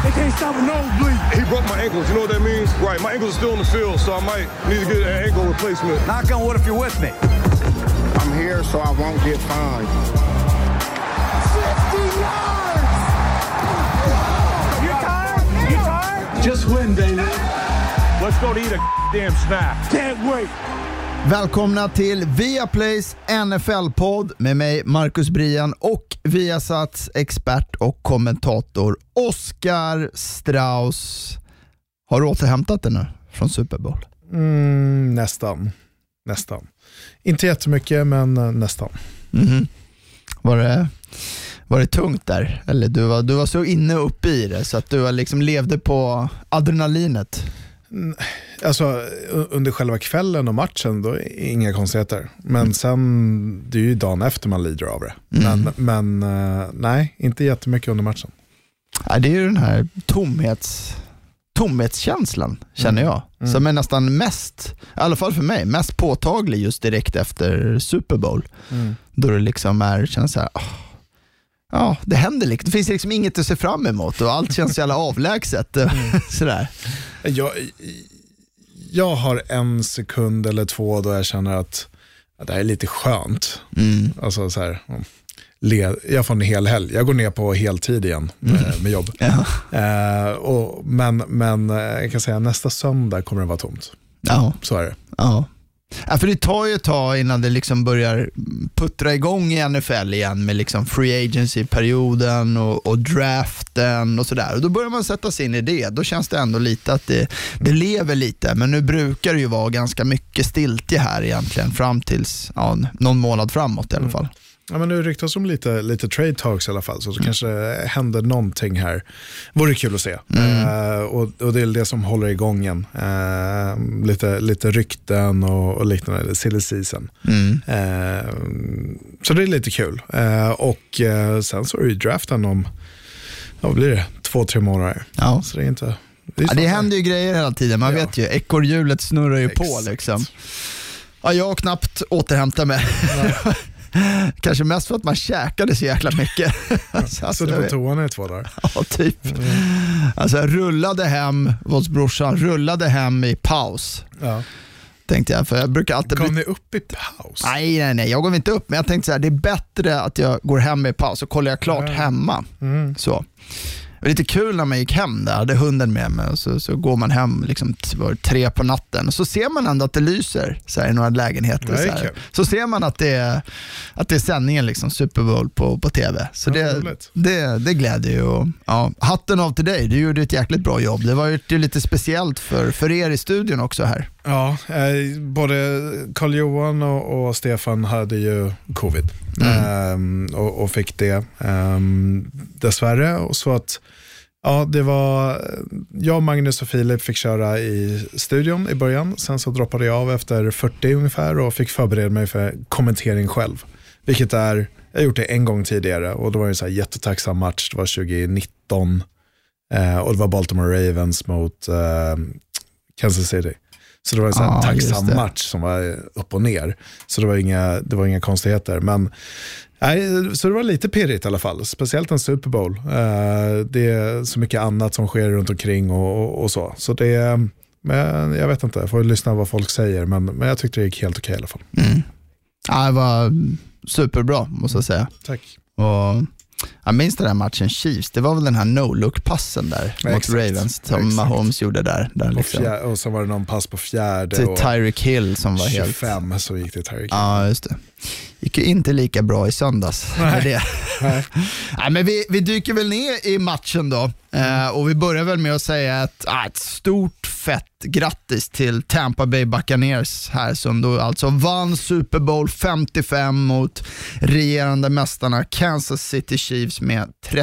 They can't stop a nosebleed. He broke my ankles. You know what that means? Right. My ankles are still in the field, so I might need to get an ankle replacement. Knock on wood if you're with me. I'm here so I won't get fined. 60 yards! You tired? You tired? Just win, baby. Let's go to eat a damn snack. Can't wait. Välkomna till Viaplays NFL-podd med mig Marcus Brian och Viasats expert och kommentator Oskar Strauss. Har du återhämtat det nu från Super Bowl? Nästan. Inte jättemycket, men nästan. Mm-hmm. Var det tungt där? Eller du var så inne och uppe i det så att du liksom levde på adrenalinet? Alltså under själva kvällen och matchen då är inga konstigheter. Men sen det är ju dagen efter man lider av det. Men nej, inte jättemycket under matchen. Ja, det är ju den här tomhetskänslan känner jag. Som är nästan mest, i alla fall för mig, mest påtaglig just direkt efter Super Bowl. Då det liksom känns så här, ja, det händer liksom. Det finns liksom inget att se fram emot och allt känns så jävla avlägset. Sådär. Jag har 1 sekund eller 2 då jag känner att det här är lite skönt. Alltså så här, jag får en hel helg. Jag går ner på heltid igen med jobb. Ja. Men jag kan säga nästa söndag kommer det vara tomt. Ja. Så är det. Ja. Ja, för det tar ju ett tag innan det liksom börjar puttra igång i NFL igen med liksom free agency-perioden och draften och sådär. Och då börjar man sätta sig in i det. Då känns det ändå lite att det lever lite. Men nu brukar det ju vara ganska mycket stiltje här egentligen fram tills någon månad framåt i alla fall. Ja, men nu ryktas om lite trade talks i alla fall, så kanske händer någonting här. Vore kul att se. Och det är det som håller igång igen. Lite rykten och liknande, silly season. Så det är lite kul. Och sen så är det ju draften om, vad blir det? 2-3 månader. Ja. Så det är inte... Det händer ju grejer hela tiden, man vet ju. Ekorrhjulet snurrar ju på liksom. Ja, jag har knappt återhämtat mig. Kanske mest för att man käkade så jäkla mycket. Så du var toan i 2 dagar? Ja, typ. Alltså jag rullade hem hos brorsan, rullade hem i paus. Ja. Tänkte jag, för jag brukar alltid... Går ni upp i paus? Nej, jag går inte upp. Men jag tänkte så här, det är bättre att jag går hem i paus och kollar jag klart hemma. Så. Det var lite kul när man gick hem där, hade hunden med mig och så går man hem liksom 3 på natten och så ser man ändå att det lyser så här, i några lägenheter. Så ser man att det är sändningen liksom, Super Bowl på tv. Så det gläder ju. Och, hatten av till dig, du gjorde ett jäkligt bra jobb. Det var ju lite speciellt för er i studion också här. Ja, både Carl-Johan och Stefan hade ju covid och fick det dessvärre. Och så att det var jag, Magnus och Filip fick köra i studion i början. Sen så droppade jag av efter 40 ungefär och fick förbereda mig för kommentering själv. Vilket jag har gjort det en gång tidigare och det var en så här jättetacksam match. Det var 2019 och det var Baltimore Ravens mot Kansas City. Så det var en sån här tacksam match som var upp och ner. Så det var inga konstigheter. Men så det var lite pirrigt i alla fall. Speciellt en Super Bowl. Det är så mycket annat som sker runt omkring och så. Så det, men jag vet inte, jag får lyssna vad folk säger. Men jag tyckte det gick helt okej i alla fall. Ja, det var superbra måste jag säga. Tack. Och jag minns den här matchen Chiefs. Det var väl den här no-look-passen där mot Ravens som Mahomes gjorde där liksom. Och så var det någon pass på 4:e till Tyreek Hill som var 25 helt... så gick det Tyreek Hill. Ja, just det. Gick ju inte lika bra i söndags med det. Nej, men vi dyker väl ner i matchen då. Och vi börjar väl med att säga ett stort fett grattis till Tampa Bay Buccaneers här som då alltså vann Super Bowl 55 mot regerande mästarna Kansas City Chiefs med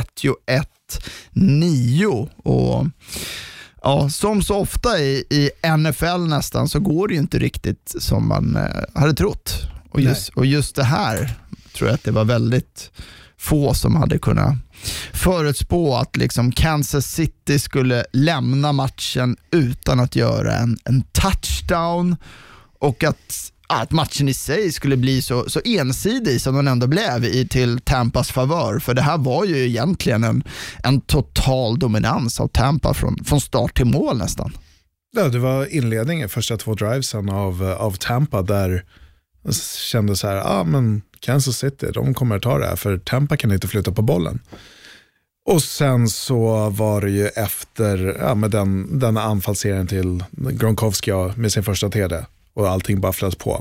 31-9. Och som så ofta i NFL nästan så går det ju inte riktigt som man hade trott. Och just det här tror jag att det var väldigt få som hade kunnat förutspå att liksom Kansas City skulle lämna matchen utan att göra en touchdown och att att matchen i sig skulle bli så ensidig som den ändå blev till Tampas favör. För det här var ju egentligen en total dominans av Tampa från start till mål nästan. Ja, det var inledningen, första 2 drivesen av Tampa där jag kände så här, men Kansas City, de kommer att ta det här för Tampa kan inte flytta på bollen. Och sen så var det ju efter med den anfallsserien till Gronkowski med sin första TD och allting bara flöt på.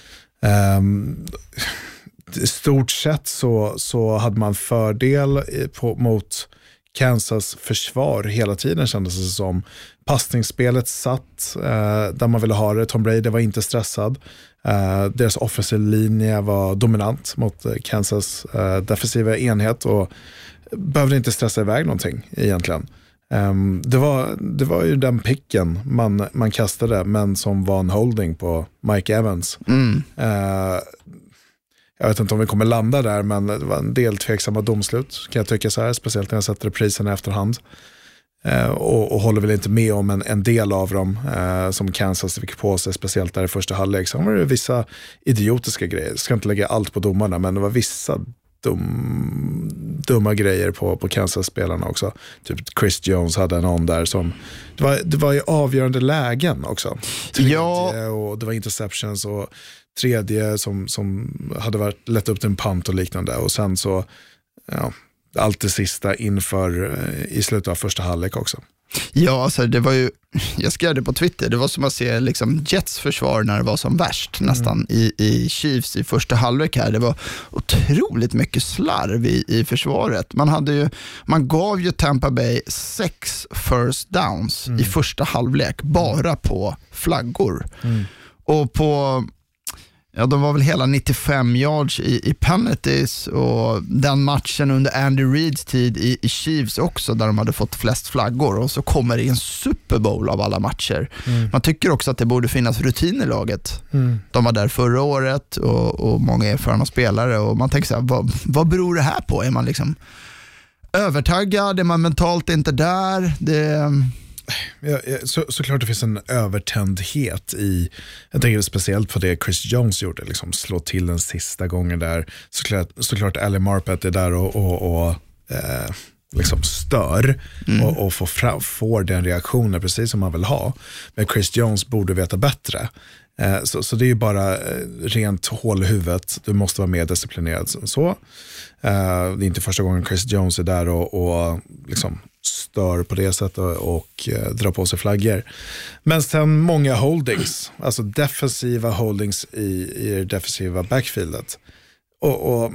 I stort sett så hade man fördel mot Kansas försvar hela tiden, kändes det som. Passningsspelet satt där man ville ha det. Tom Brady var inte stressad. Deras offensiv linje var dominant mot Kansas defensiva enhet och behövde inte stressa iväg någonting egentligen. Det var ju den picken man kastade, men som var en holding på Mike Evans. Jag vet inte om vi kommer landa där, men det var en del tveksamma domslut kan jag tycka så här, speciellt när jag sätter reprisen i efterhand. Och håller väl inte med om en del av dem som Kansas fick på sig, speciellt där i första halvlek. Så var det vissa idiotiska grejer. Jag ska inte lägga allt på domarna, men det var vissa dumma grejer på Kansas-spelarna också. Typ Chris Jones hade någon där som det var i avgörande lägen också. Och det var interceptions och tredje som hade varit lätt upp till en punt och liknande. Och sen så allt det sista inför i slutet av första halvlek också. Ja, alltså det var ju, jag skrev det på Twitter, det var som att se liksom Jets försvar när det var som värst nästan i Chiefs i första halvlek här. Det var otroligt mycket slarv i försvaret. Man gav ju Tampa Bay 6 first downs i första halvlek bara på flaggor. Och på de var väl hela 95 yards i penalties, och den matchen under Andy Reids tid i Chiefs också, där de hade fått flest flaggor, och så kommer det en Super Bowl av alla matcher. Man tycker också att det borde finnas rutin i laget. De var där förra året och många erfarna spelare, och man tänker så här, vad beror det här på? Är man liksom övertaggad? Är man mentalt inte där? Såklart det finns en övertändhet i, jag tänker speciellt på det Chris Jones gjorde, liksom slå till den sista gången där. Såklart Ali Marpet är där och liksom stör och får den reaktionen precis som man vill ha. Men Chris Jones borde veta bättre. Så det är ju bara rent hål i huvudet. Du måste vara mer disciplinerad. Så det är inte första gången Chris Jones är där och liksom stör på det sättet och drar på sig flaggor. Men sen många holdings, alltså defensiva holdings i det defensiva backfieldet. Och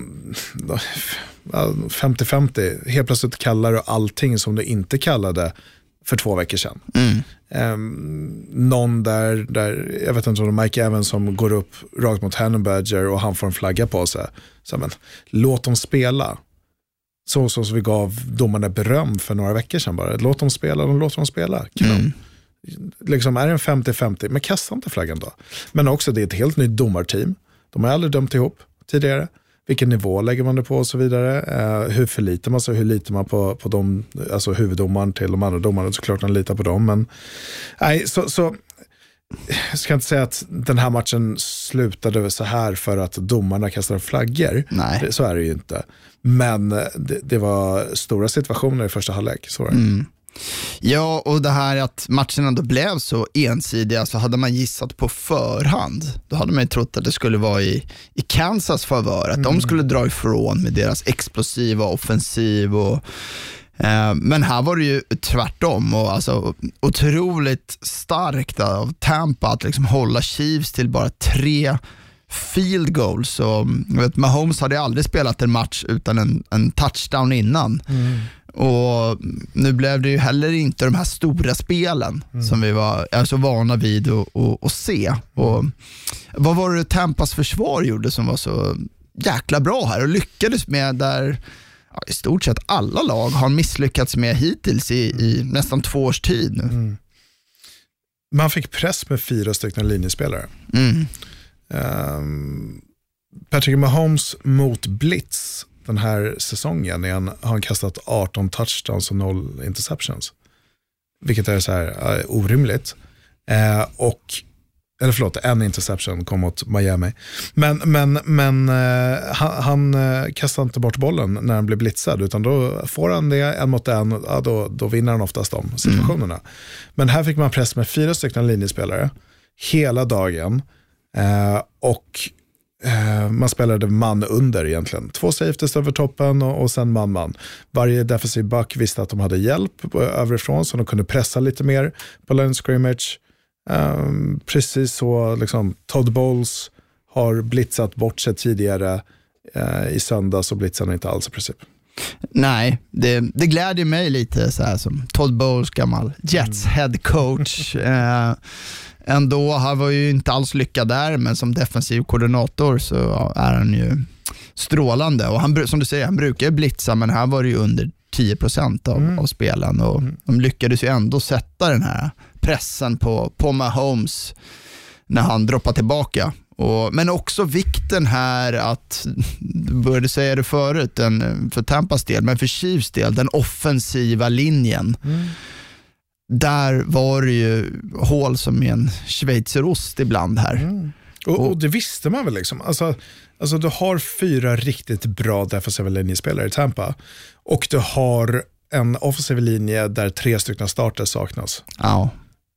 50-50, helt plötsligt kallar du allting som du inte kallade för 2 veckor sedan. Någon där jag vet inte om det är Mike Evans som går upp rakt mot Hannon Badger och han får en flagga på sig. Så men, låt dem spela. Så vi gav domarna beröm för några veckor sedan bara. Låt dem spela. Liksom är det en 50-50, men kasta inte flaggan då. Men också det är ett helt nytt domarteam. De har aldrig dömt ihop tidigare. Vilken nivå lägger man det på och så vidare. Hur förlitar man sig, hur litar man på dem, alltså huvuddomaren till de andra domarna, såklart man litar på dem. Men nej, så jag ska inte säga att den här matchen slutade så här för att domarna kastade flaggor. Nej. Så är det ju inte. Men det var stora situationer i första halvlek, så var det. Ja, och det här att matchen ändå blev så ensidig, så hade man gissat på förhand, då hade man ju trott att det skulle vara i Kansas favör, att de skulle dra ifrån med deras explosiva offensiv men här var det ju tvärtom, och alltså otroligt starkt av Tampa att liksom hålla Chiefs till bara 3 field goals. Och jag vet, Mahomes hade aldrig spelat en match utan en touchdown innan. Och nu blev det ju heller inte de här stora spelen som vi är så vana vid att se. Och vad var det Tampas försvar gjorde som var så jäkla bra här och lyckades med, där i stort sett alla lag har misslyckats med hittills i nästan 2 års tid nu. Man fick press med 4 stycken linjespelare. Patrick Mahomes mot blitz den här säsongen har han kastat 18 touchdowns och 0 interceptions. Vilket är så här orimligt. Och en interception kom mot Miami. Men han kastar inte bort bollen när han blir blitzad, utan då får han det en mot en, då vinner han oftast de situationerna. Men här fick man press med 4 stycken linjespelare hela dagen och man spelade man under egentligen. 2 safeties över toppen och sen man. Varje defensive back visste att de hade hjälp överifrån, så de kunde pressa lite mer på line scrimmage. Precis så liksom, Todd Bowles har blitzat bort sig tidigare. I söndag så blitzar han inte alls i princip. Nej, det glädjer mig lite så här, som Todd Bowles, gammal Jets head coach. Ändå, han var ju inte alls lyckad där, men som defensiv koordinator så är han ju strålande. Och han, som du säger, han brukar blitza, men här var det ju under 10% av spelen, och de lyckades ju ändå sätta den här pressen på Mahomes när han droppar tillbaka. Men också vikten här att, du började säga det förut, för Tampas del, men för Chiefs del, den offensiva linjen. Där var det ju hål som i en schweizerost ibland här. Och det visste man väl liksom. Alltså du har 4 riktigt bra defensiva linjespelare i Tampa, och du har en offensiv linje där 3 stycken starter saknas. Ja.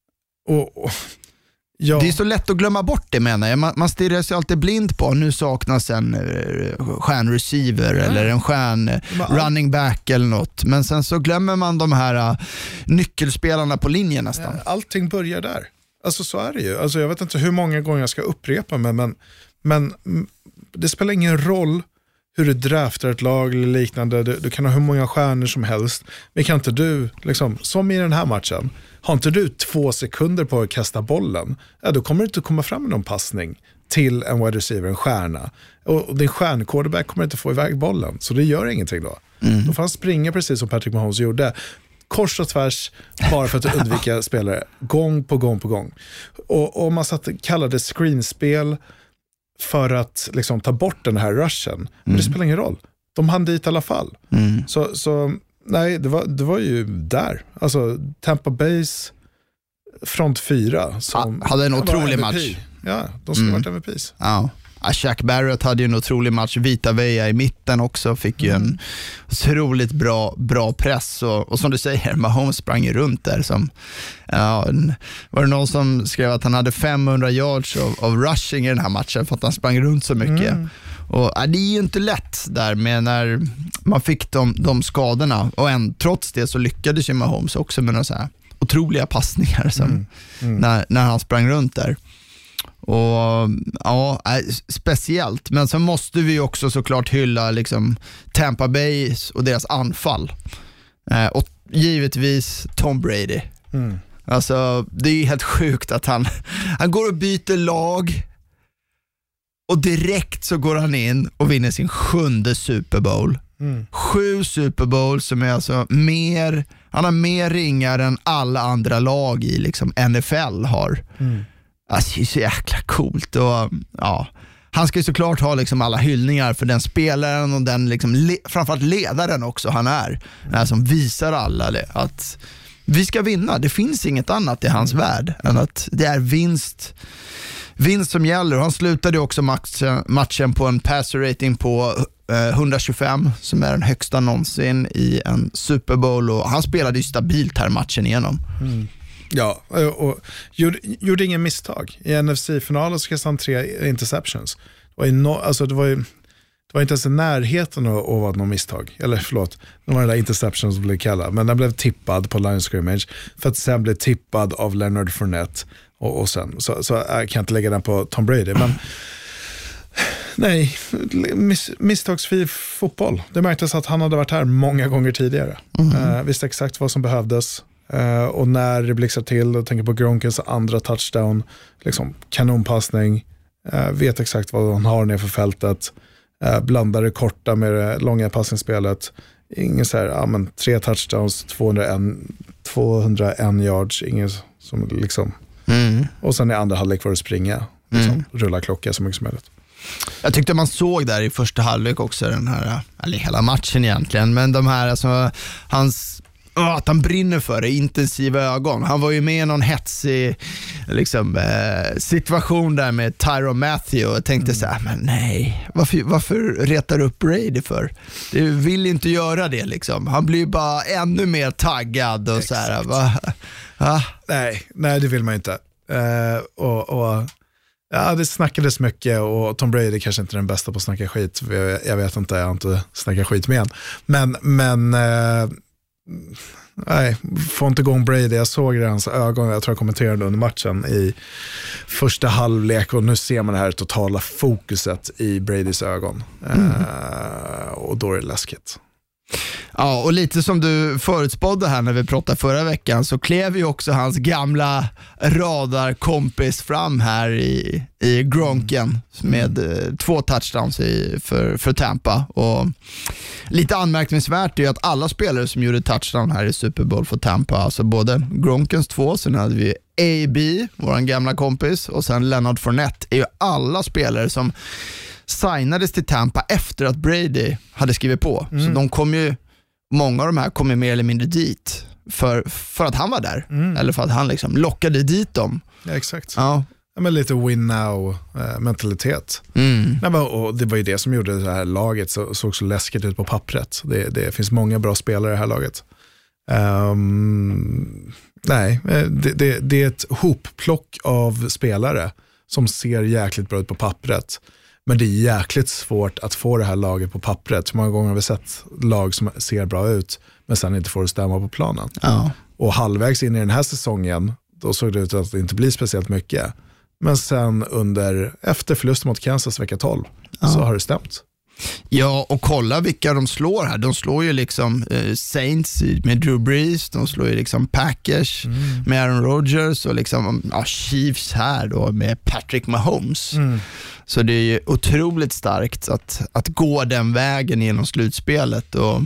Ja. Det är så lätt att glömma bort det, menar jag. Man stirrar sig alltid blind på, nu saknas en stjärnreceiver eller en running back eller något. Men sen så glömmer man de här nyckelspelarna på linjen nästan. Allting börjar där. Alltså så är det ju. Alltså jag vet inte hur många gånger jag ska upprepa mig, men det spelar ingen roll hur du draftar ett lag eller liknande. Du kan ha hur många stjärnor som helst. Men kan inte du, liksom, som i den här matchen, har inte du 2 sekunder på att kasta bollen, då kommer du inte komma fram med någon passning till en wide receiver, en stjärna. Och din stjärnquarterback kommer inte få iväg bollen. Så det gör ingenting då. Då får han springa precis som Patrick Mahomes gjorde. Kors och tvärs, bara för att undvika spelare. Gång på gång på gång. Och man kallade screenspel för att liksom ta bort den här rushen. Men det spelar ingen roll. De hann dit i alla fall. Så nej, det var ju där. Alltså Tampa Bays front 4 som hade en otrolig match. Ja, de skulle varit MVPs. Ja. Shaq Barrett hade ju en otrolig match. Vita Veja i mitten också fick ju en otroligt bra press, och som du säger, Mahomes sprang ju runt där som, var det någon som skrev att han hade 500 yards av rushing i den här matchen för att han sprang runt så mycket. Och det är ju inte lätt där med när man fick de skadorna, och trots det så lyckades ju Mahomes också med några så här otroliga passningar som när han sprang runt där. Och speciellt, men så måste vi också såklart hylla liksom Tampa Bay och deras anfall, och givetvis Tom Brady. Alltså det är ju helt sjukt att han går och byter lag, och direkt så går han in och vinner sin 7:e Super Bowl. 7 Super Bowl, som är alltså han har mer ringar än alla andra lag i liksom NFL har. Alltså det är så jäkla coolt, och han ska ju såklart ha liksom alla hyllningar för den spelaren och den liksom framförallt ledaren också han är, som visar alla att vi ska vinna. Det finns inget annat i hans värld än att det är vinst som gäller. Han slutade också matchen på en passer rating på 125, som är den högsta någonsin i en Super Bowl, och han spelade ju stabilt här matchen igenom. Ja, och gjorde ingen misstag. I NFC-finalen så kastade han 3 interceptions. Det var inte ens i närheten att vara någon misstag. Eller förlåt, det var den där interceptions som blev kallad. Men den blev tippad på line scrimmage, för att sen blev tippad av Leonard Fournette. Och sen, så jag kan inte lägga den på Tom Brady. Men nej, misstagsfri fotboll. Det märktes att han hade varit här många gånger tidigare. Visste exakt vad som behövdes. Och när det blixar till, och tänker på Gronkins andra touchdown, liksom kanonpassning, vet exakt vad han har ner för fältet, blandar det korta med det långa passningsspelet. Ingen så här, 3 touchdowns, 201 yards, ingen som liksom och sen i andra halvlek var det springa, liksom, rulla klocka så mycket som möjligt. Jag tyckte man såg där i första halvlek också den här, eller hela matchen egentligen, men de här, alltså, hans att han brinner för det, intensiva ögon. Han var ju med i någon hetsig situation där med Tyrann Mathieu och tänkte så här, men nej, varför retar du upp Brady för? Du vill inte göra det liksom. Han blir ju bara ännu mer taggad och så här, Nej, det vill man inte. Ja, det snackades mycket och Tom Brady kanske inte är den bästa på att snacka skit. Jag vet inte, jag har inte snackat skit med han. Men nej, får inte igång Brady. Jag såg det i hans ögon, jag tror jag kommenterade under matchen i första halvlek och nu ser man det här totala fokuset i Bradys ögon. Och då är det läskigt. Ja, och lite som du förutspådde här när vi pratade förra veckan så klev ju också hans gamla radarkompis fram här i Gronken med 2 touchdowns för Tampa. Och lite anmärkningsvärt är ju att alla spelare som gjorde touchdown här i Super Bowl för Tampa, alltså både Gronkens 2, sen hade vi AB, våran gamla kompis, och sen Leonard Fournette, är ju alla spelare som signades till Tampa efter att Brady hade skrivit på. Så de kom ju, många av de här kom ju mer eller mindre dit för att han var där. Eller för att han liksom lockade dit dem. Ja, exakt. Ja. Ja, men lite win now mentalitet. Och det var ju det som gjorde det här laget såg så läskigt ut på pappret. Det finns många bra spelare i det här laget. Det är ett hopplock av spelare som ser jäkligt bra ut på pappret. Men det är jäkligt svårt att få det här laget på pappret. Hur många gånger har vi sett lag som ser bra ut men sen inte får det stämma på planen? Ja. Och halvvägs in i den här säsongen då såg det ut att det inte blir speciellt mycket. Men sen efter förlusten mot Kansas vecka 12 så har det stämt. Ja, och kolla vilka de slår här. De slår ju liksom Saints med Drew Brees, de slår ju liksom Packers med Aaron Rodgers och liksom Chiefs här då med Patrick Mahomes. Så det är ju otroligt starkt att gå den vägen genom slutspelet. Och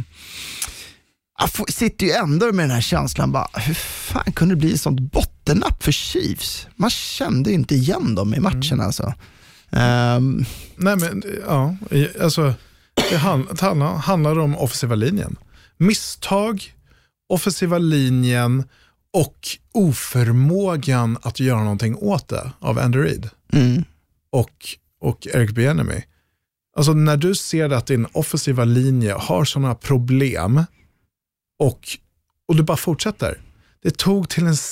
jag sitter ju ändå med den här känslan bara, hur fan kunde det bli sånt bottennapp för Chiefs? Man kände ju inte igen dem i matchen alltså. Nej men ja, alltså det handlar om offensiva linjen. Misstag, offensiva linjen och oförmågan att göra någonting åt det av Andy Reid och Eric Bieniemy. Alltså när du ser att din offensiva linje har sådana problem och du bara fortsätter. Det tog till den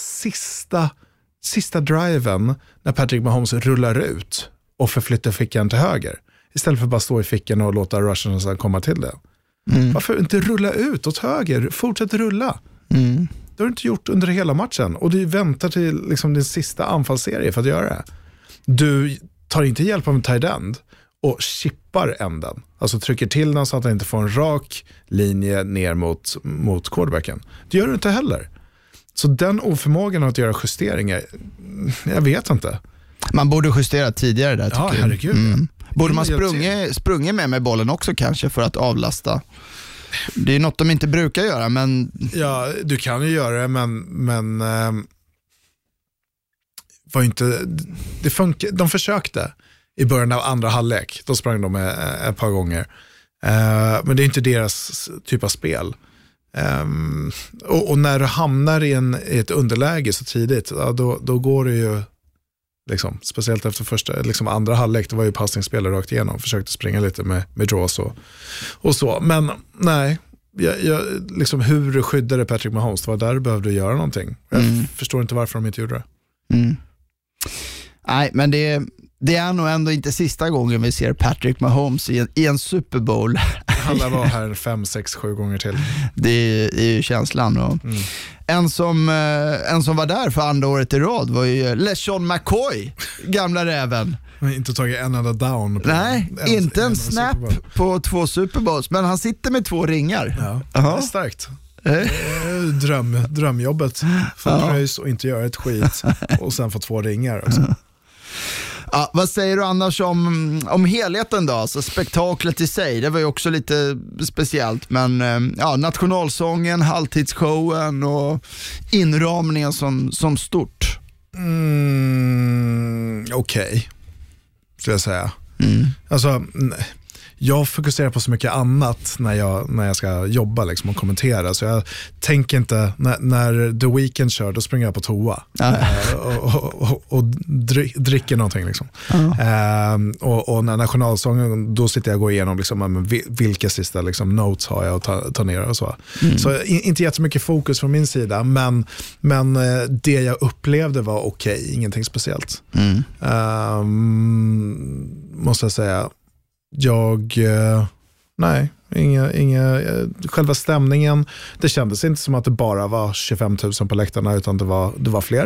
sista driven när Patrick Mahomes rullar ut och förflyttar fickan till höger. Istället för att bara stå i fickan och låta rushen komma till det. Varför inte rulla ut åt höger? Fortsätt rulla. Det har du inte gjort under hela matchen. Och du väntar till liksom din sista anfallsserie för att göra det. Du tar inte hjälp av en tight end och chippar änden. Alltså trycker till den så att han inte får en rak linje ner mot quarterbacken. Det gör du inte heller. Så den oförmågan att göra justeringar, jag vet inte. Man borde justera tidigare där, tycker jag. Herregud. Borde man sprungit med bollen också kanske för att avlasta? Det är något de inte brukar göra, men... Ja, du kan ju göra det, men var inte... Det funkar, de försökte i början av andra halvlek. Då sprang de ett par gånger. Men det är inte deras typ av spel. Och när du hamnar i ett underläge så tidigt, då går det ju... Liksom, speciellt efter andra halvlek, det var ju passningsspelare rakt igenom, försökte springa lite med draws och så, men nej, jag liksom, hur du skyddade Patrick Mahomes, det var där du behövde göra någonting. Jag förstår inte varför de inte gjorde det. Nej, men det är nog ändå inte sista gången vi ser Patrick Mahomes i en Super Bowl. Han lär vara här 5, 6, 7 gånger till. Det är ju känslan. Och en som var där för andra året i rad var ju LeSean McCoy, gamla räven. Inte tagit en enda down. Nej, inte en snap på 2 Super Bowls, men han sitter med 2 ringar. Ja, det är starkt. Drömjobbet. Få pröjs och inte göra ett skit och sen få 2 ringar också. Ja, vad säger du annars om helheten då? Alltså spektaklet i sig, det var ju också lite speciellt, men nationalsången, halvtidsshowen och inramningen som stort. Okej, skulle jag säga. Alltså, jag fokuserar på så mycket annat när jag ska jobba liksom, och kommentera. Så jag tänker inte, när The Weeknd kör, då springer jag på toa och dricker någonting. Liksom. Och när nationalsången, då sitter jag och går igenom liksom, vilka sista liksom, notes har jag att ta ner och så. Så inte jättemycket fokus från min sida, men det jag upplevde var okej, ingenting speciellt. Måste jag säga. Nej, inga själva stämningen, det kändes inte som att det bara var 25 000 på läktarna, utan det var fler.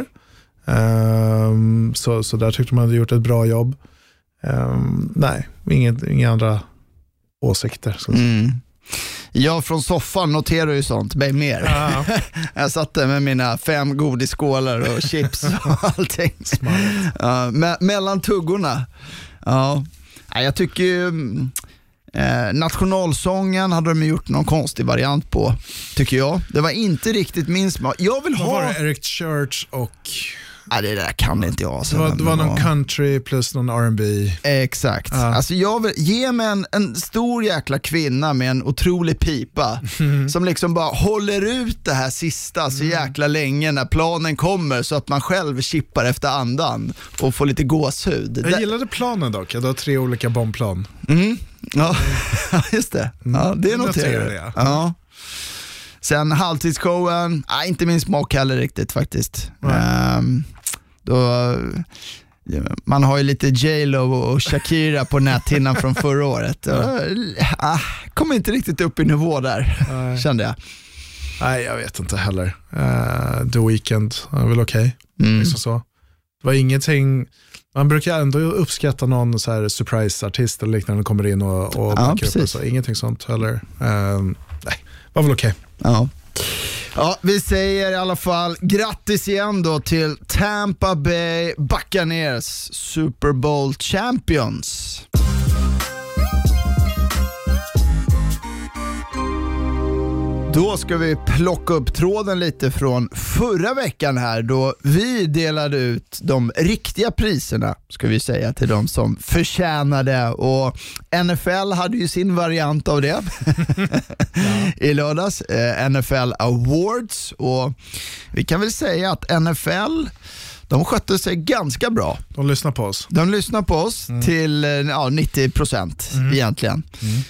Så där tyckte man hade gjort ett bra jobb. Nej, inga andra åsikter. Jag från soffan noterar ju sånt, mig mer. Ja. Jag satt där med mina 5 godisskålar och chips och allting. Mellan tuggorna. Ja. Jag tycker ju nationalsången hade de gjort någon konstig variant på, tycker jag. Det var inte riktigt min smak. Jag vill ha... Var det Eric Church och... Nej, det där kan inte jag. Det var någon country plus någon R&B. Exakt. Alltså jag vill ge mig en stor jäkla kvinna med en otrolig pipa som liksom bara håller ut det här sista så jäkla länge när planen kommer, så att man själv chippar efter andan och får lite gåshud. Jag gillade planen dock. Det var 3 olika bombplan. Ja, just det. Ja, det noterar jag. Ja. Sen halvtidsshowen, inte min smak heller riktigt faktiskt. Man har ju lite J-Lo och Shakira på näthinnan från förra året. Kom inte riktigt upp i nivå där, kände jag. Nej, jag vet inte heller. The Weeknd är väl okej. Liksom så. Det var ingenting... Man brukar ändå uppskatta någon så här surprise-artist eller liknande kommer in och backar upp och så. Ingenting sånt heller. Nej, var väl okej. Ja, vi säger i alla fall grattis igen då till Tampa Bay Buccaneers, Super Bowl champions. Då ska vi plocka upp tråden lite från förra veckan här, då vi delade ut de riktiga priserna, ska vi säga, till de som förtjänade, och NFL hade ju sin variant av det i lördags, NFL Awards, och vi kan väl säga att NFL, de skötte sig ganska bra. De lyssnar på oss. Till 90% egentligen.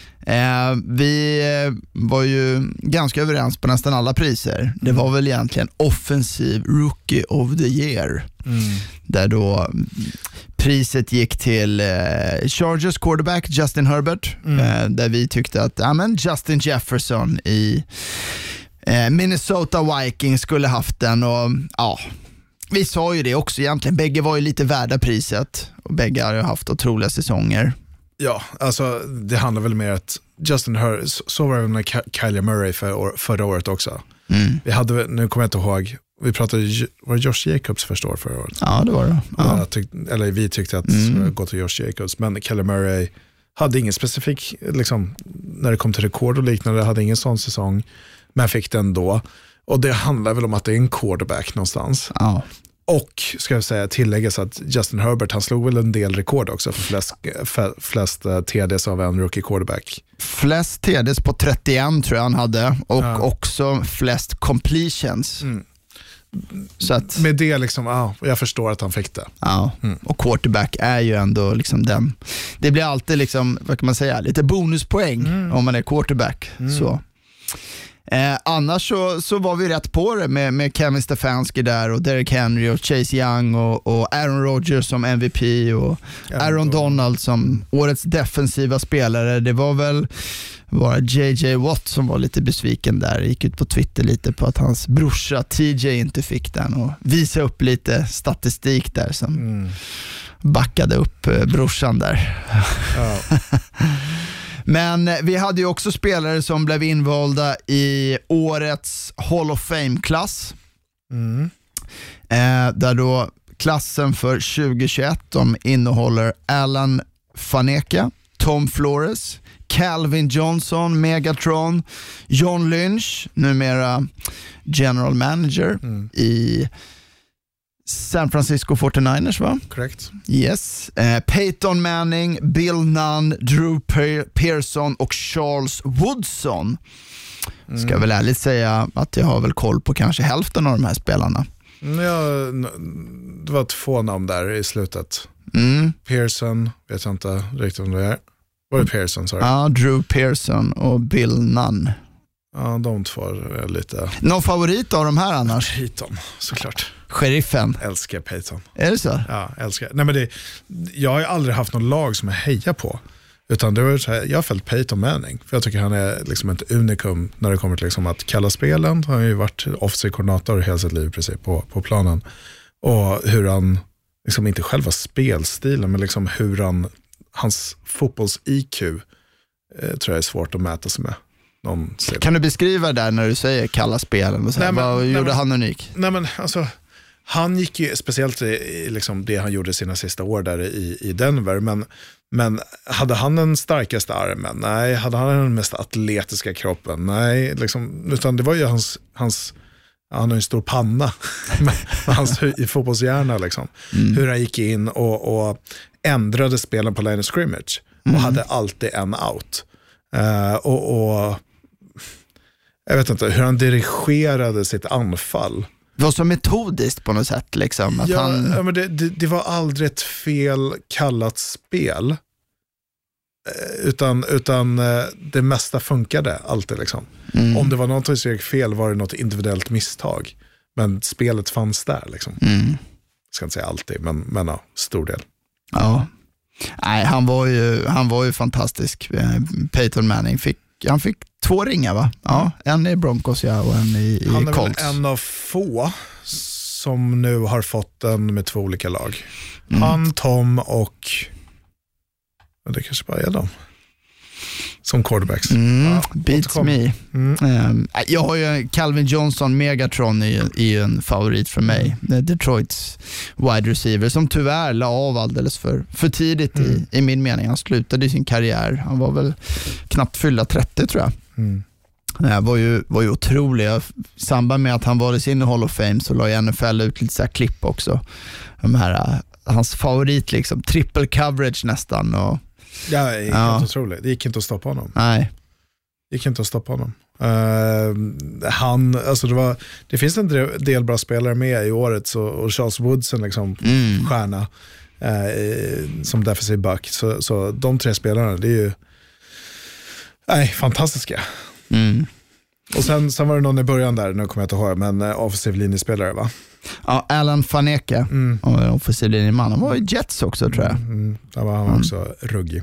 Vi var ju ganska överens på nästan alla priser. Det var väl egentligen Offensive Rookie of the Year. Där då priset gick till Chargers quarterback Justin Herbert. Där vi tyckte att Justin Jefferson i Minnesota Vikings skulle haft den. Och vi sa ju det också egentligen. Bägge var ju lite värda priset. Och bägge har ju haft otroliga säsonger. Ja, alltså det handlar väl mer att Justin Herbert, så var det med Kyler Murray förra året också. Vi hade, nu kommer jag inte ihåg, vi pratade, var det Josh Jacobs förra året? Ja, det var det. Ja. Vi tyckte att det skulle gå till Josh Jacobs, men Kyler Murray hade ingen specifik, liksom, när det kom till rekord och liknande, hade ingen sån säsong, men fick den då. Och det handlar väl om att det är en quarterback någonstans. Ja. Och ska jag säga, tilläggas att Justin Herbert, han slog väl en del rekord också för flest TDs av en rookie quarterback. Flest TDs på 31 tror jag han hade, och också flest completions. Så att, med det liksom, jag förstår att han fick det. Och quarterback är ju ändå liksom den. Det blir alltid liksom, vad kan man säga, lite bonuspoäng om man är quarterback. Så. Annars så var vi rätt på det med Kevin Stefanski där, och Derrick Henry och Chase Young och Aaron Rodgers som MVP och Aaron Donald som årets defensiva spelare. Det var väl JJ Watt som var lite besviken där. Gick ut på Twitter lite på att hans brorsa TJ inte fick den, och visa upp lite statistik där som backade upp brorsan där. Men vi hade ju också spelare som blev invalda i årets Hall of Fame-klass. Där då klassen för 2021, de innehåller Alan Faneca, Tom Flores, Calvin Johnson, Megatron, John Lynch, numera general manager i San Francisco 49ers, va? Korrekt. Yes. Peyton Manning, Bill Nunn, Drew Pearson och Charles Woodson. Ska väl ärligt säga att jag har väl koll på kanske hälften av de här spelarna. Ja, det var 2 namn där i slutet. Pearson, vet jag inte riktigt om det är. Var det Pearson, sorry? Ja, Drew Pearson och Bill Nunn. Ja, de 2 är lite... Någon favorit av de här annars? Peyton, såklart. Sheriffen. Älskar Peyton. Är det så? Ja, älskar. Nej, men jag har ju aldrig haft någon lag som jag hejar på. Utan det var så här, jag har följt Peyton Manning. För jag tycker han är liksom ett unikum när det kommer till liksom att kalla spelen. Han har ju varit offensiv koordinator hela sitt liv i princip på planen. Och hur han, liksom inte själva spelstilen, men liksom hur hans fotbolls-IQ tror jag är svårt att mäta sig med. Kan du beskriva där när du säger kalla spelen? Och så vad gjorde han unik? Nej, men alltså, han gick ju speciellt i liksom det han gjorde sina sista år där i Denver, men hade han den starkaste armen? Nej. Hade han den mest atletiska kroppen? Nej. Liksom, utan det var ju hans han har en stor panna hans fotbollshjärna liksom. Hur han gick in och ändrade spelen på line of scrimmage och hade alltid en out. Och jag vet inte hur han dirigerade sitt anfall. Det var så metodiskt på något sätt liksom, att men det var aldrig ett fel kallat spel, utan det mesta funkade alltid liksom. Om det var något som gick fel var det något individuellt misstag, men spelet fanns där liksom. Jag ska inte säga alltid, men ja, stor del. Ja. Nej, han var ju fantastisk. Peyton Manning fick 2 ringar, va? Ja, en i Broncos och en i Colts. Han är väl en av få som nu har fått den med 2 olika lag. Han, Tom och det kanske bara är dem som quarterbacks. Beats me. Jag har ju Calvin Johnson, Megatron är en favorit för mig. Detroits wide receiver som tyvärr la av alldeles för tidigt i min mening. Han slutade sin karriär. Han var väl knappt fyllda 30 tror jag. Det var ju otroligt. I samband med att han var i sin Hall of Fame så la NFL ut lite så här klipp också. De här, hans favorit liksom, triple coverage nästan och ja, det är helt otroligt. Det gick inte att stoppa honom. Nej. Det gick inte att stoppa honom. Det finns en del bra spelare med i året och Charles Woodson liksom stjärna som defensive back. Så de 3 spelarna, det är ju fantastiska. Och sen var det någon i början där, nu kommer jag inte ihåg, men offensiv linjespelare, va? Ja, Alan Faneke, offensiv linjeman. Han var i Jets också, tror jag. Där var han också ruggig.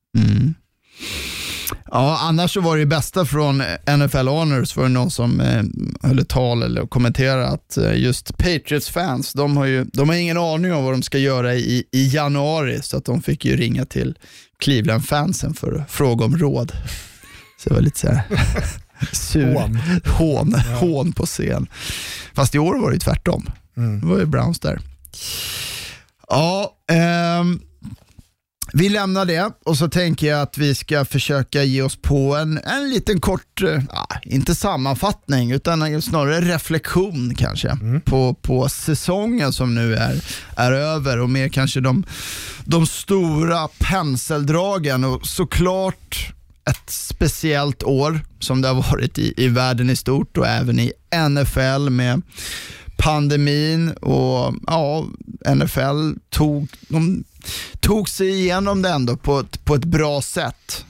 Ja, annars så var det ju bästa från NFL Honors, var det någon som höll ett tal eller kommenterade att just Patriots fans, de har ingen aning om vad de ska göra i januari, så att de fick ju ringa till Cleveland fansen för att fråga om råd. Så det var lite så här hån på scen. Fast i år var det ju tvärtom. Det var ju Browns där. Ja, vi lämnar det och så tänker jag att vi ska försöka ge oss på en liten kort, inte sammanfattning utan snarare reflektion kanske på säsongen som nu är över och mer kanske de stora penseldragen och såklart ett speciellt år som det har varit i världen i stort och även i NFL med pandemin och NFL tog sig igenom det ändå på ett bra sätt.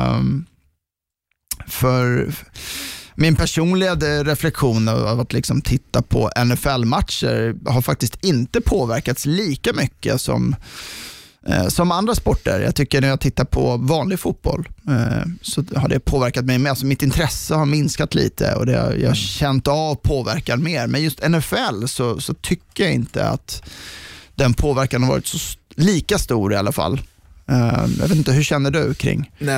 För min personliga reflektion av att liksom titta på NFL-matcher har faktiskt inte påverkats lika mycket som andra sporter. Jag tycker när jag tittar på vanlig fotboll så har det påverkat mig mer. Alltså mitt intresse har minskat lite och jag har känt av påverkan mer. Men just NFL så tycker jag inte att den påverkan har varit så lika stor i alla fall. Jag vet inte, hur känner du kring? Nej.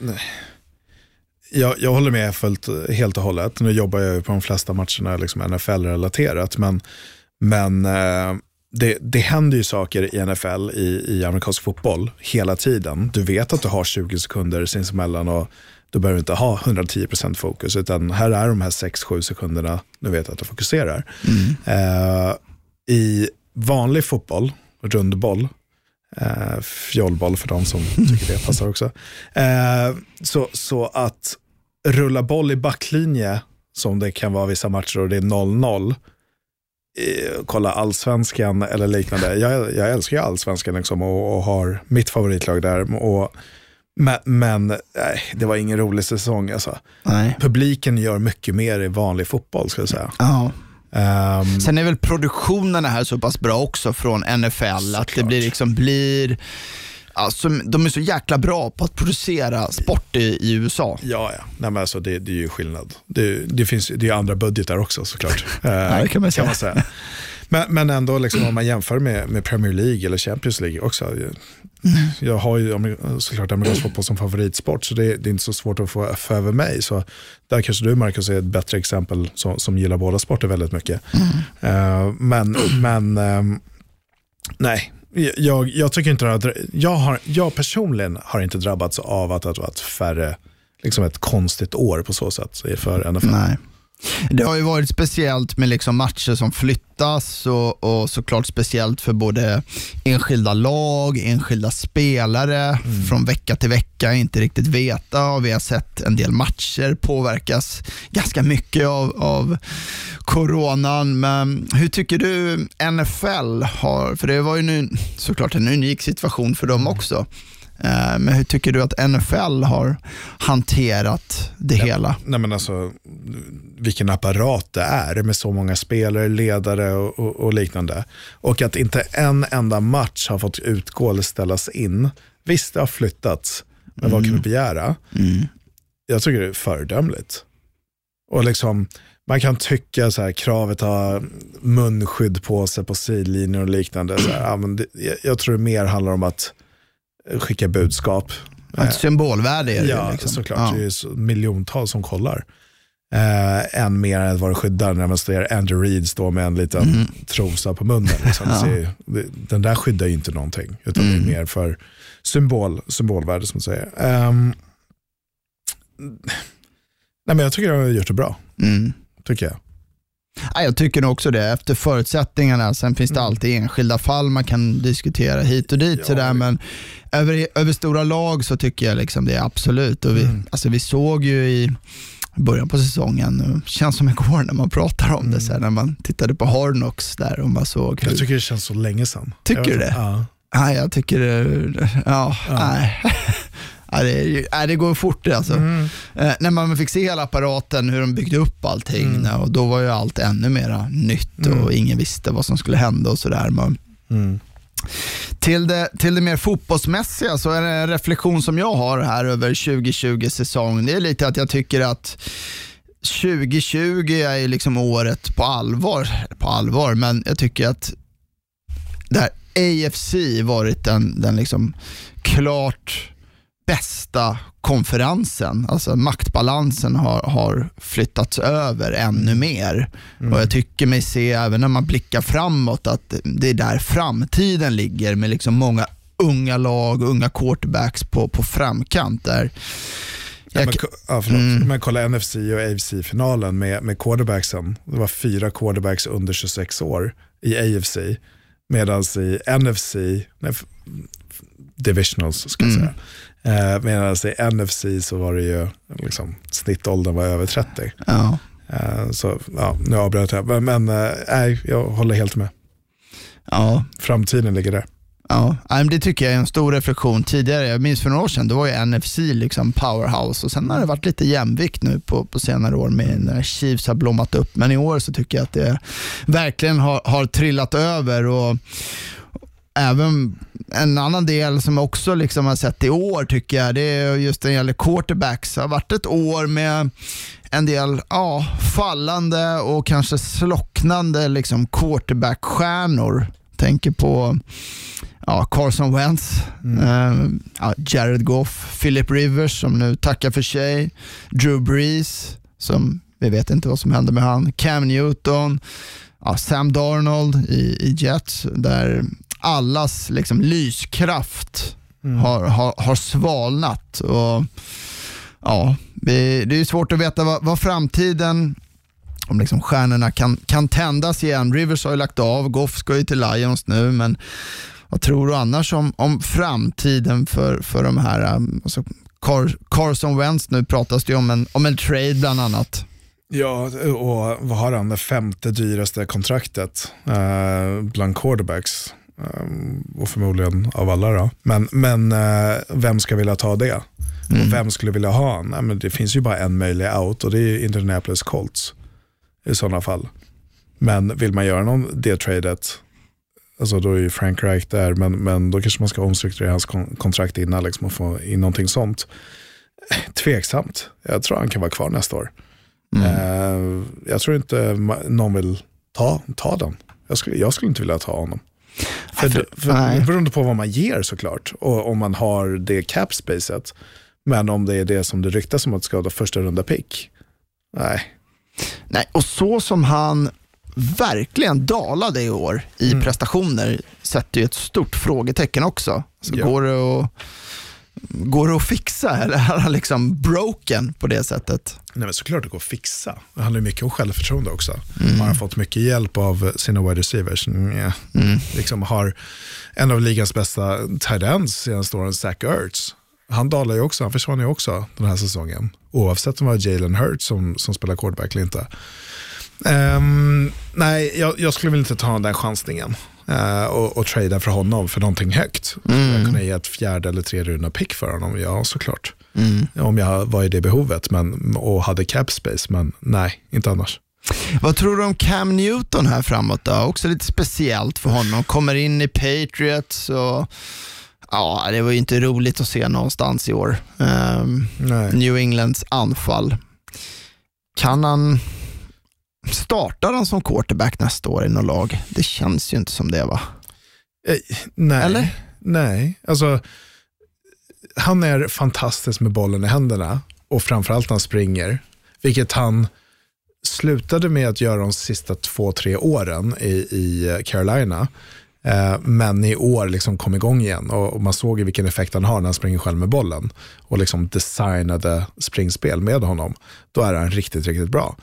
Jag håller med helt och hållet. Nu jobbar jag på de flesta matcherna liksom NFL-relaterat, men det händer ju saker i NFL i amerikansk fotboll hela tiden. Du vet att du har 20 sekunder sinsemellan och du behöver inte ha 110% fokus, utan här är de här 6-7 sekunderna du vet att du fokuserar. I vanlig fotboll, rundboll, fjollboll för de som tycker det passar också. Så att rulla boll i backlinje, som det kan vara vissa matcher och det är 0-0, kolla allsvenskan eller liknande. Jag älskar ju allsvenskan liksom, och har mitt favoritlag där. Men det var ingen rolig säsong. Alltså. Nej. Publiken gör mycket mer i vanlig fotboll, ska jag säga. Ja. Sen är väl produktionerna här så pass bra också från NFL att det blir alltså, de är så jäkla bra på att producera sport i USA. Ja. Nej, men alltså, det är ju skillnad. Det finns ju andra budgetar också, såklart. Ja, det kan man säga. Men ändå liksom, om man jämför med Premier League eller Champions League också. Jag har ju såklart amerikansk fotboll som favoritsport, så det är inte så svårt att få över mig. Så där kanske du, Marcus, är ett bättre exempel som gillar båda sporter väldigt mycket. Men nej, jag tycker inte att jag personligen har inte drabbats av att det har varit färre, liksom ett konstigt år på så sätt för NFL. Nej. Det har ju varit speciellt med liksom matcher som flyttas och såklart speciellt för både enskilda lag, enskilda spelare från vecka till vecka, inte riktigt veta, och vi har sett en del matcher påverkas ganska mycket av coronan. Men hur tycker du NFL har, för det var ju nu såklart en unik situation för dem också, men hur tycker du att NFL har hanterat det hela? Nej, men alltså, vilken apparat det är med så många spelare, ledare och liknande. Och att inte en enda match har fått utgå eller ställas in. Visst, det har flyttats, men vad kan vi begära? Jag tycker det är föredömligt. Och liksom, man kan tycka så här, kravet har munskydd på sig på sidlinjer och liknande. Så här, men jag tror det mer handlar om att skicka budskap. Ett symbolvärde är det. Ja, liksom. Såklart. Ja. Det är miljontals som kollar. Än mer än vad det skyddar när man ser Andrew Reid stå med en liten trosa på munnen. Liksom. Den där skyddar ju inte någonting, utan det är mer för symbolvärde, som man säger. Nej, men jag tycker de har gjort det bra. Tycker jag. Ja, jag tycker nog också det, efter förutsättningarna. Sen finns det alltid enskilda fall man kan diskutera hit och dit, sådär, men över stora lag så tycker jag liksom det är absolut. Och vi såg ju i början på säsongen, det känns som igår när man pratar om det, så här, när man tittade på Hard Knocks där och man såg jag tycker det känns så länge sedan. Tycker du det? Ja. Ja, jag tycker det. Nej. Ja, det går fort alltså. När man fick se hela apparaten, hur de byggde upp allting, och då var ju allt ännu mer nytt och ingen visste vad som skulle hända och sådär. Till det mer fotbollsmässiga så är det en reflektion som jag har här över 2020-säsong. Det är lite att jag tycker att 2020 är liksom året på allvar, men jag tycker att där AFC varit den liksom klart bästa konferensen. Alltså maktbalansen har flyttats över ännu mer. Och jag tycker mig se, även när man blickar framåt, att det är där framtiden ligger, med liksom många unga lag, unga quarterbacks på framkant där. Men kolla NFC och AFC-finalen med quarterbacksen. Det var 4 quarterbacks under 26 år i AFC, medan i NFC divisionals ska jag säga. Medan i NFC så var det ju liksom, snittåldern var över 30. Ja. Så ja, nu avbröt jag. Men jag håller helt med. Ja. Framtiden ligger där. Ja, det tycker jag är en stor reflektion. Tidigare, jag minns för några år sedan, då var ju NFC liksom powerhouse, och sen har det varit lite jämvikt nu på senare år med när Chiefs har blommat upp. Men i år så tycker jag att det verkligen har trillat över. Och även en annan del som också liksom har sett i år, tycker jag, det är just när det gäller quarterbacks. Det har varit ett år med en del fallande och kanske slocknande liksom quarterback-stjärnor. Tänker på Carson Wentz, Jared Goff, Philip Rivers som nu tackar för sig, Drew Brees som vi vet inte vad som händer med han, Cam Newton, Sam Darnold i Jets, där allas liksom lyskraft har svalnat. Och det är svårt att veta vad framtiden om liksom stjärnorna kan tändas igen. Rivers har ju lagt av, Goff ska ju till Lions nu, men vad tror du annars om framtiden för de här, alltså Carson Wentz, nu pratas det ju om en trade bland annat. Ja, och vad har han? Det 5:e dyraste kontraktet bland quarterbacks. Och förmodligen av alla då. Men vem ska vilja ta det? Och vem skulle vilja ha han? Nej, men det finns ju bara en möjlig out, och det är Indianapolis Colts i sådana fall. Men vill man göra det tradet, alltså då är ju Frank Reich där, men då kanske man ska omstrukturera hans kontrakt innan liksom, och få in någonting sånt. Tveksamt. Jag tror han kan vara kvar nästa år. Jag tror inte någon vill ta den. Jag skulle inte vilja ta honom. För beroende på vad man ger såklart, och om man har det cap-spacet. Men om det är det som det ryktas om att skada första runda pick. Nej, och så som han verkligen dalade i år i prestationer sätter ju ett stort frågetecken också. Så ja. Går det att fixa, eller är han liksom broken på det sättet? Nej, men såklart det går att fixa. Det handlar mycket om självförtroende också. Man har fått mycket hjälp av sina wide receivers. Liksom har en av ligans bästa tight ends senaste åren, Zach Ertz. Han dalar ju också, han försvann ju också den här säsongen. Oavsett om det var Jalen Hurts som spelar quarterback eller inte. Nej, jag skulle väl inte ta den chansningen och trada för honom för någonting högt. Jag kunde ge ett 4:e eller 3:e runda pick för honom, ja såklart. Om jag var i det behovet och hade cap space, men nej, inte annars. Vad tror du om Cam Newton här framåt då? Också lite speciellt för honom. Kommer in i Patriots och ja, det var ju inte roligt att se någonstans i år. New Englands anfall. Kan han starta han som quarterback nästa år i någon lag? Det känns ju inte som det, va? Nej. Eller? Nej, alltså han är fantastisk med bollen i händerna, och framförallt han springer, vilket han slutade med att göra de sista 2-3 åren i Carolina. Men i år liksom kom igång igen, och man såg ju vilken effekt han har när han springer själv med bollen och liksom designade springspel med honom. Då är han riktigt, riktigt bra.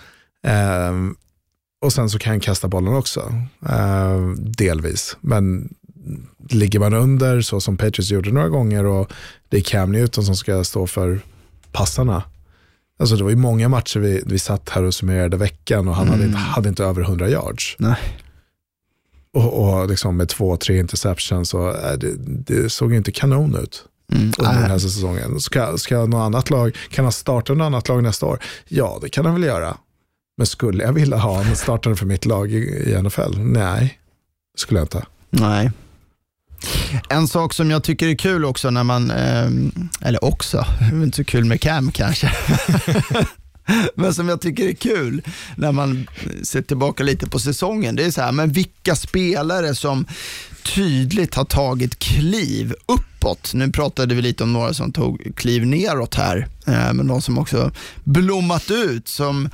Och sen så kan han kasta bollen också, delvis. Men ligger man under, så som Patriots gjorde några gånger, och det är Cam Newton som ska stå för passarna. Alltså det var ju många matcher vi satt här och summerade veckan, och han hade inte över 100 yards. Nej. Och liksom med 2-3 interceptions, så det såg ju inte kanon ut under den här säsongen. Ska något annat lag, kan han starta något annat lag nästa år? Ja, det kan han väl göra. Men skulle jag vilja ha en startare för mitt lag i NFL? Nej, skulle jag inte. Nej. En sak som jag tycker är kul också när man, eller också, det är inte så kul med Cam kanske, men som jag tycker är kul när man ser tillbaka lite på säsongen, det är så här, men vilka spelare som tydligt har tagit kliv uppåt. Nu pratade vi lite om några som tog kliv neråt här, men de som också blommat ut, som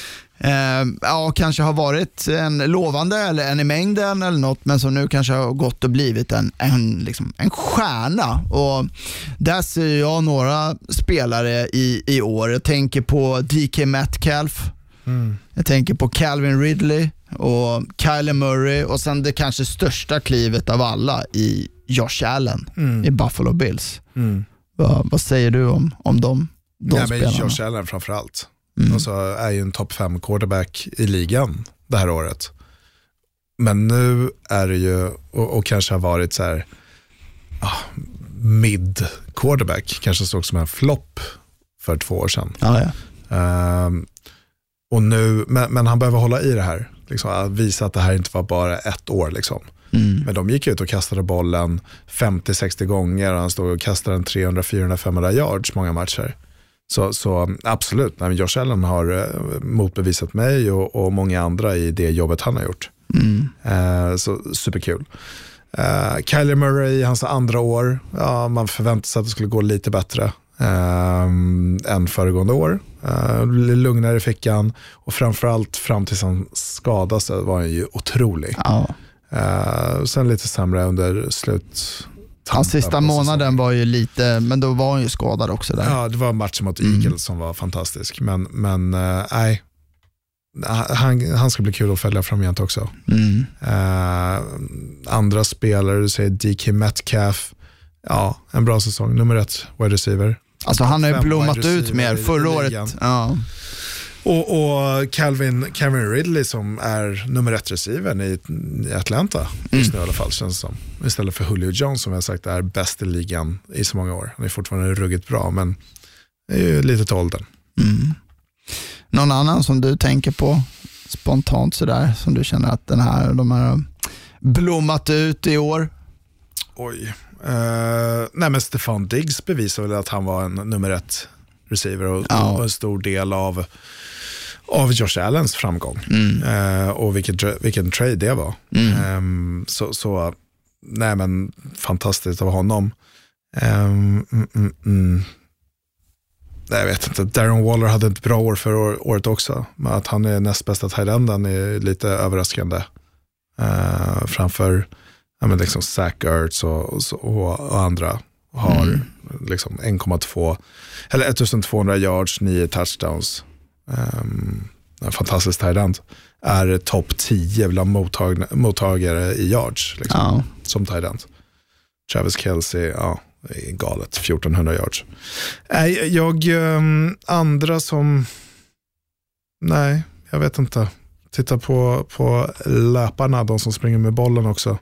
kanske har varit en lovande eller en i mängden eller något, men som nu kanske har gått och blivit en stjärna. Och där ser jag några spelare i år. Jag tänker på DK Metcalf, jag tänker på Calvin Ridley och Kyler Murray, och sen det kanske största klivet av alla i Josh Allen i Buffalo Bills. Vad säger du om de spelarna? Josh Allen framförallt. Alltså är ju en topp 5 quarterback i ligan det här året. Men nu är det ju, och kanske har varit så här mid quarterback, kanske såg som en flopp för 2 år sedan. Och nu, men han behöver hålla i det här liksom, att visa att det här inte var bara ett år liksom. Men de gick ut och kastade bollen 50-60 gånger, och han stod och kastade den 300, 400, 500 yards många matcher. Så absolut, nej, Josh Allen har motbevisat mig och många andra i det jobbet han har gjort. Så superkul. Kyler Murray i hans andra år, man förväntade sig att det skulle gå lite bättre än föregående år. Lugnare fick han, och framförallt fram tills han skadade sig var han ju otrolig. Sen lite sämre under slut. Hans sista månaden var ju lite, men då var han ju skadad också där. Ja, det var matchen mot Eagles som var fantastisk. Men nej, han ska bli kul att följa framgent också. Andra spelare, du säger DK Metcalf, ja, en bra säsong, nummer 1 wide receiver. Alltså han har ju blommat ut mer förra året. Ja. Och Calvin Ridley som är nummer 1 receiver i Atlanta just nu i alla fall, känns som. Istället för Julio Jones som jag har sagt är bäst i ligan i så många år. Han är fortfarande ruggigt bra, men det är ju lite till åldern. Någon annan som du tänker på spontant sådär, som du känner att de har blommat ut i år? Oj. Nej, men Stefan Diggs bevisar väl att han var en nummer 1 receiver och en stor del av Josh Allens framgång. Och vilken trade det var. Så nej, men fantastiskt av honom. Nej, jag vet inte. Darren Waller hade ett bra år för året också. Men att han är näst bästa tight enden är lite överraskande. Framför liksom Zach Ertz och andra har liksom 1,2 eller 1200 yards, 9 touchdowns. En fantastisk tight end. Är topp 10 bland mottagare i yards liksom, som tight end. Travis Kelce, är galet, 1400 yards. Andra som jag vet inte. Titta på löparna, de som springer med bollen också.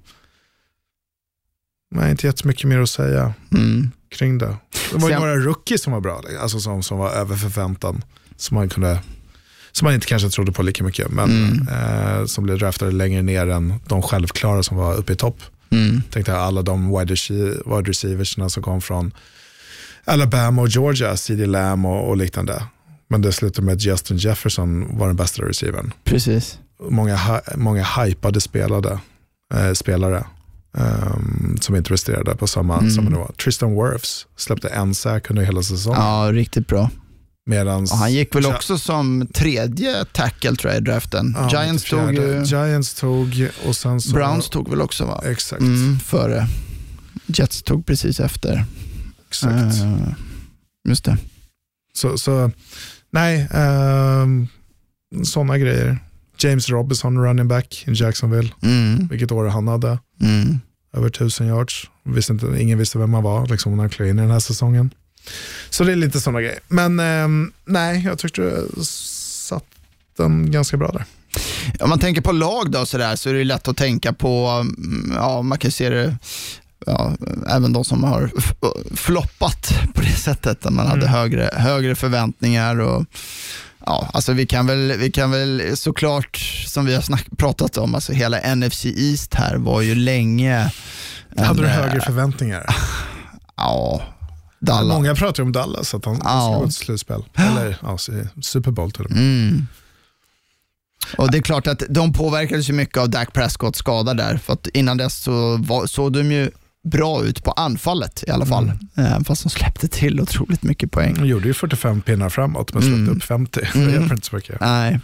Nej, inte jättemycket mer att säga kring det. Det var ju några rookies som var bra, alltså som var över förväntan, som man inte kanske trodde på lika mycket, men som blev draftade längre ner än de självklara som var uppe i topp. Tänkte jag alla de wide receiversna som kom från Alabama och Georgia, CD Lamb och liknande. Men det slutade med att Justin Jefferson var den bästa receivern. Precis. Många hypade spelare som inte resterade på samma nivå. Tristan Wirfs släppte en sack under hela säsongen. Ja, riktigt bra. Medans han gick väl också som 3:e tackle, tror jag, i draften. Giants tog och sen så Browns tog väl också, va? Exakt. Före. Jets tog precis efter. Exakt. Just det. Så nej, sådana grejer. James Robinson, running back i Jacksonville. Vilket år han hade. Över 1000 yards. Ingen visste vem man var liksom, när han klev in i den här säsongen. Så det är lite sådana grejer. Men nej, jag tyckte det satt den ganska bra där. Om man tänker på lag då så är det lätt att tänka på, man kan se det, även de som har floppat på det sättet, där man hade högre förväntningar och alltså vi kan väl såklart, som vi har pratat om, alltså hela NFC East här var ju länge. Hade du högre förväntningar? Ja. Dallas. Många pratar om Dallas, att han ska gå till slutspel. Eller Super Bowl till dem. Och det är klart att de påverkades ju mycket av Dak Prescott skada där. För att innan dess såg de ju bra ut på anfallet i alla fall. Fast de släppte till otroligt mycket poäng. De gjorde ju 45 pinnar framåt, men släppte upp 50. Det hjälper inte så mycket. Nej.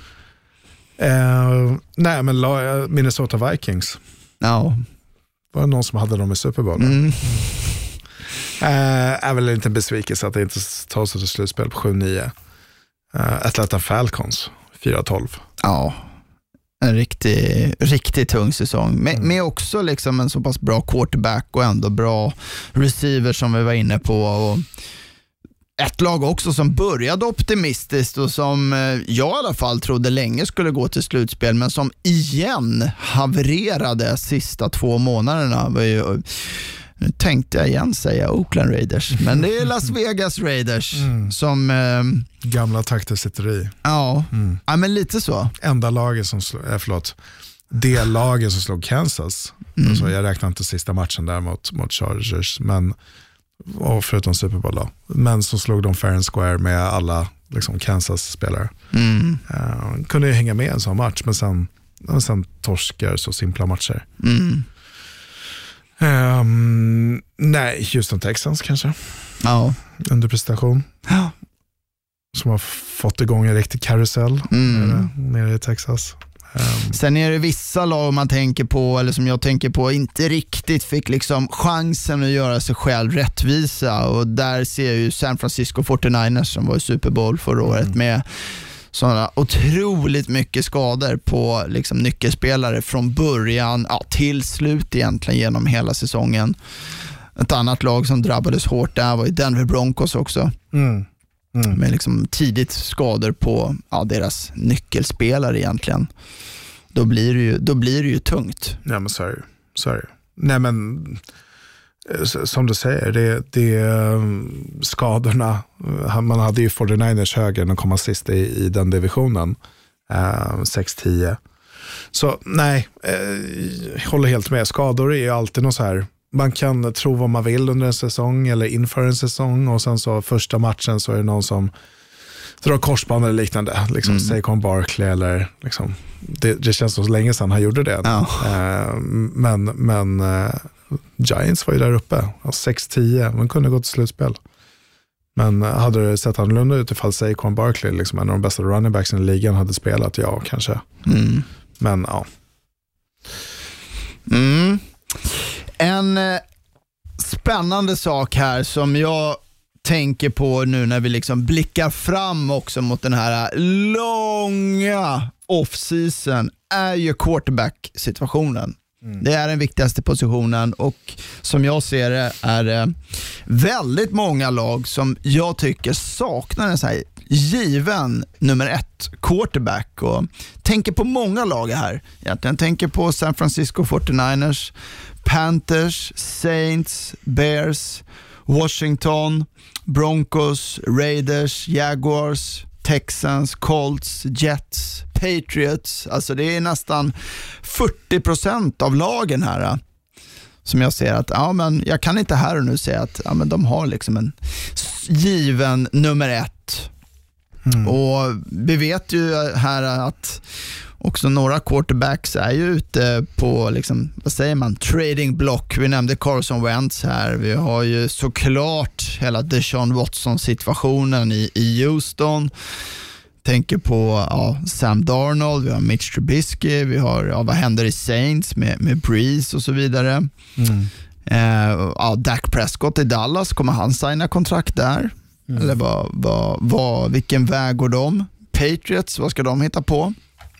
Nej, men Minnesota Vikings. Var det någon som hade dem i Super Bowl? Är väl inte en besvikelse att det inte tar sig till slutspel på 7-9. Atlanta Falcons 4-12. Ja, en riktigt tung säsong. Med också liksom en så pass bra quarterback och ändå bra receiver som vi var inne på. Och ett lag också som började optimistiskt och som jag i alla fall trodde länge skulle gå till slutspel, men som igen havererade sista 2 månaderna. Var ju, nu tänkte jag igen säga Oakland Raiders, men det är Las Vegas Raiders som... gamla takter sitter i. Ja, men lite så. Enda laget som det laget som slog Kansas. Alltså, jag räknar inte sista matchen där mot Chargers, men och förutom Super Bowl då. Men så slog de fair and square med alla liksom Kansas-spelare. Kunde ju hänga med en sån match, men sen torskar så simpla matcher. Nej, Houston Texans kanske. Ja. Underprestation. Ja. Som har fått igång en riktig karusell nere i Texas. Sen är det vissa lag man tänker på, eller som jag tänker på, inte riktigt fick liksom chansen att göra sig själv rättvisa, och där ser jag ju San Francisco 49ers som var i Super Bowl förra året med sådana otroligt mycket skador på liksom nyckelspelare från början till slut egentligen genom hela säsongen. Ett annat lag som drabbades hårt där var ju Denver Broncos också. Med liksom tidigt skador på deras nyckelspelare egentligen. Då blir det ju tungt. Ja, men så är det. Nej, men som du säger, det skadorna, man hade ju 49ers högre att komma sist i den divisionen, 6-10. Så nej, jag håller helt med. Skador är ju alltid något så här, man kan tro vad man vill under en säsong eller inför en säsong, och sen så första matchen så är det någon som drar korsband eller liknande, liksom Saquon Barkley eller liksom, det känns så länge sedan han gjorde det. Men Giants var ju där uppe, 6-10, man kunde gå till slutspel. Men hade det sett annorlunda ut ifall Saquon Barkley, liksom en av de bästa running backs i ligan, hade spelat, kanske. Men ja. En spännande sak här som jag tänker på nu när vi liksom blickar fram också mot den här långa off-season är ju quarterback-situationen. Det är den viktigaste positionen, och som jag ser det är det väldigt många lag som jag tycker saknar en så här given nummer 1 quarterback, och tänker på många lag här. Jag tänker på San Francisco 49ers, Panthers, Saints, Bears, Washington, Broncos, Raiders, Jaguars, Texans, Colts, Jets, Patriots. Alltså det är nästan 40% av lagen här som jag ser att men jag kan inte här och nu säga att men de har liksom en given nummer 1. Och vi vet ju här att också några quarterbacks är ju ute på liksom, vad säger man, trading block. Vi nämnde Carson Wentz här. Vi har ju såklart hela Deshaun Watson-situationen i Houston. Tänker på Sam Darnold, vi har Mitch Trubisky, vi har vad händer i Saints med Breeze och så vidare. Dak Prescott i Dallas, kommer han signa kontrakt där? Eller vilken väg går de? Patriots, vad ska de hitta på?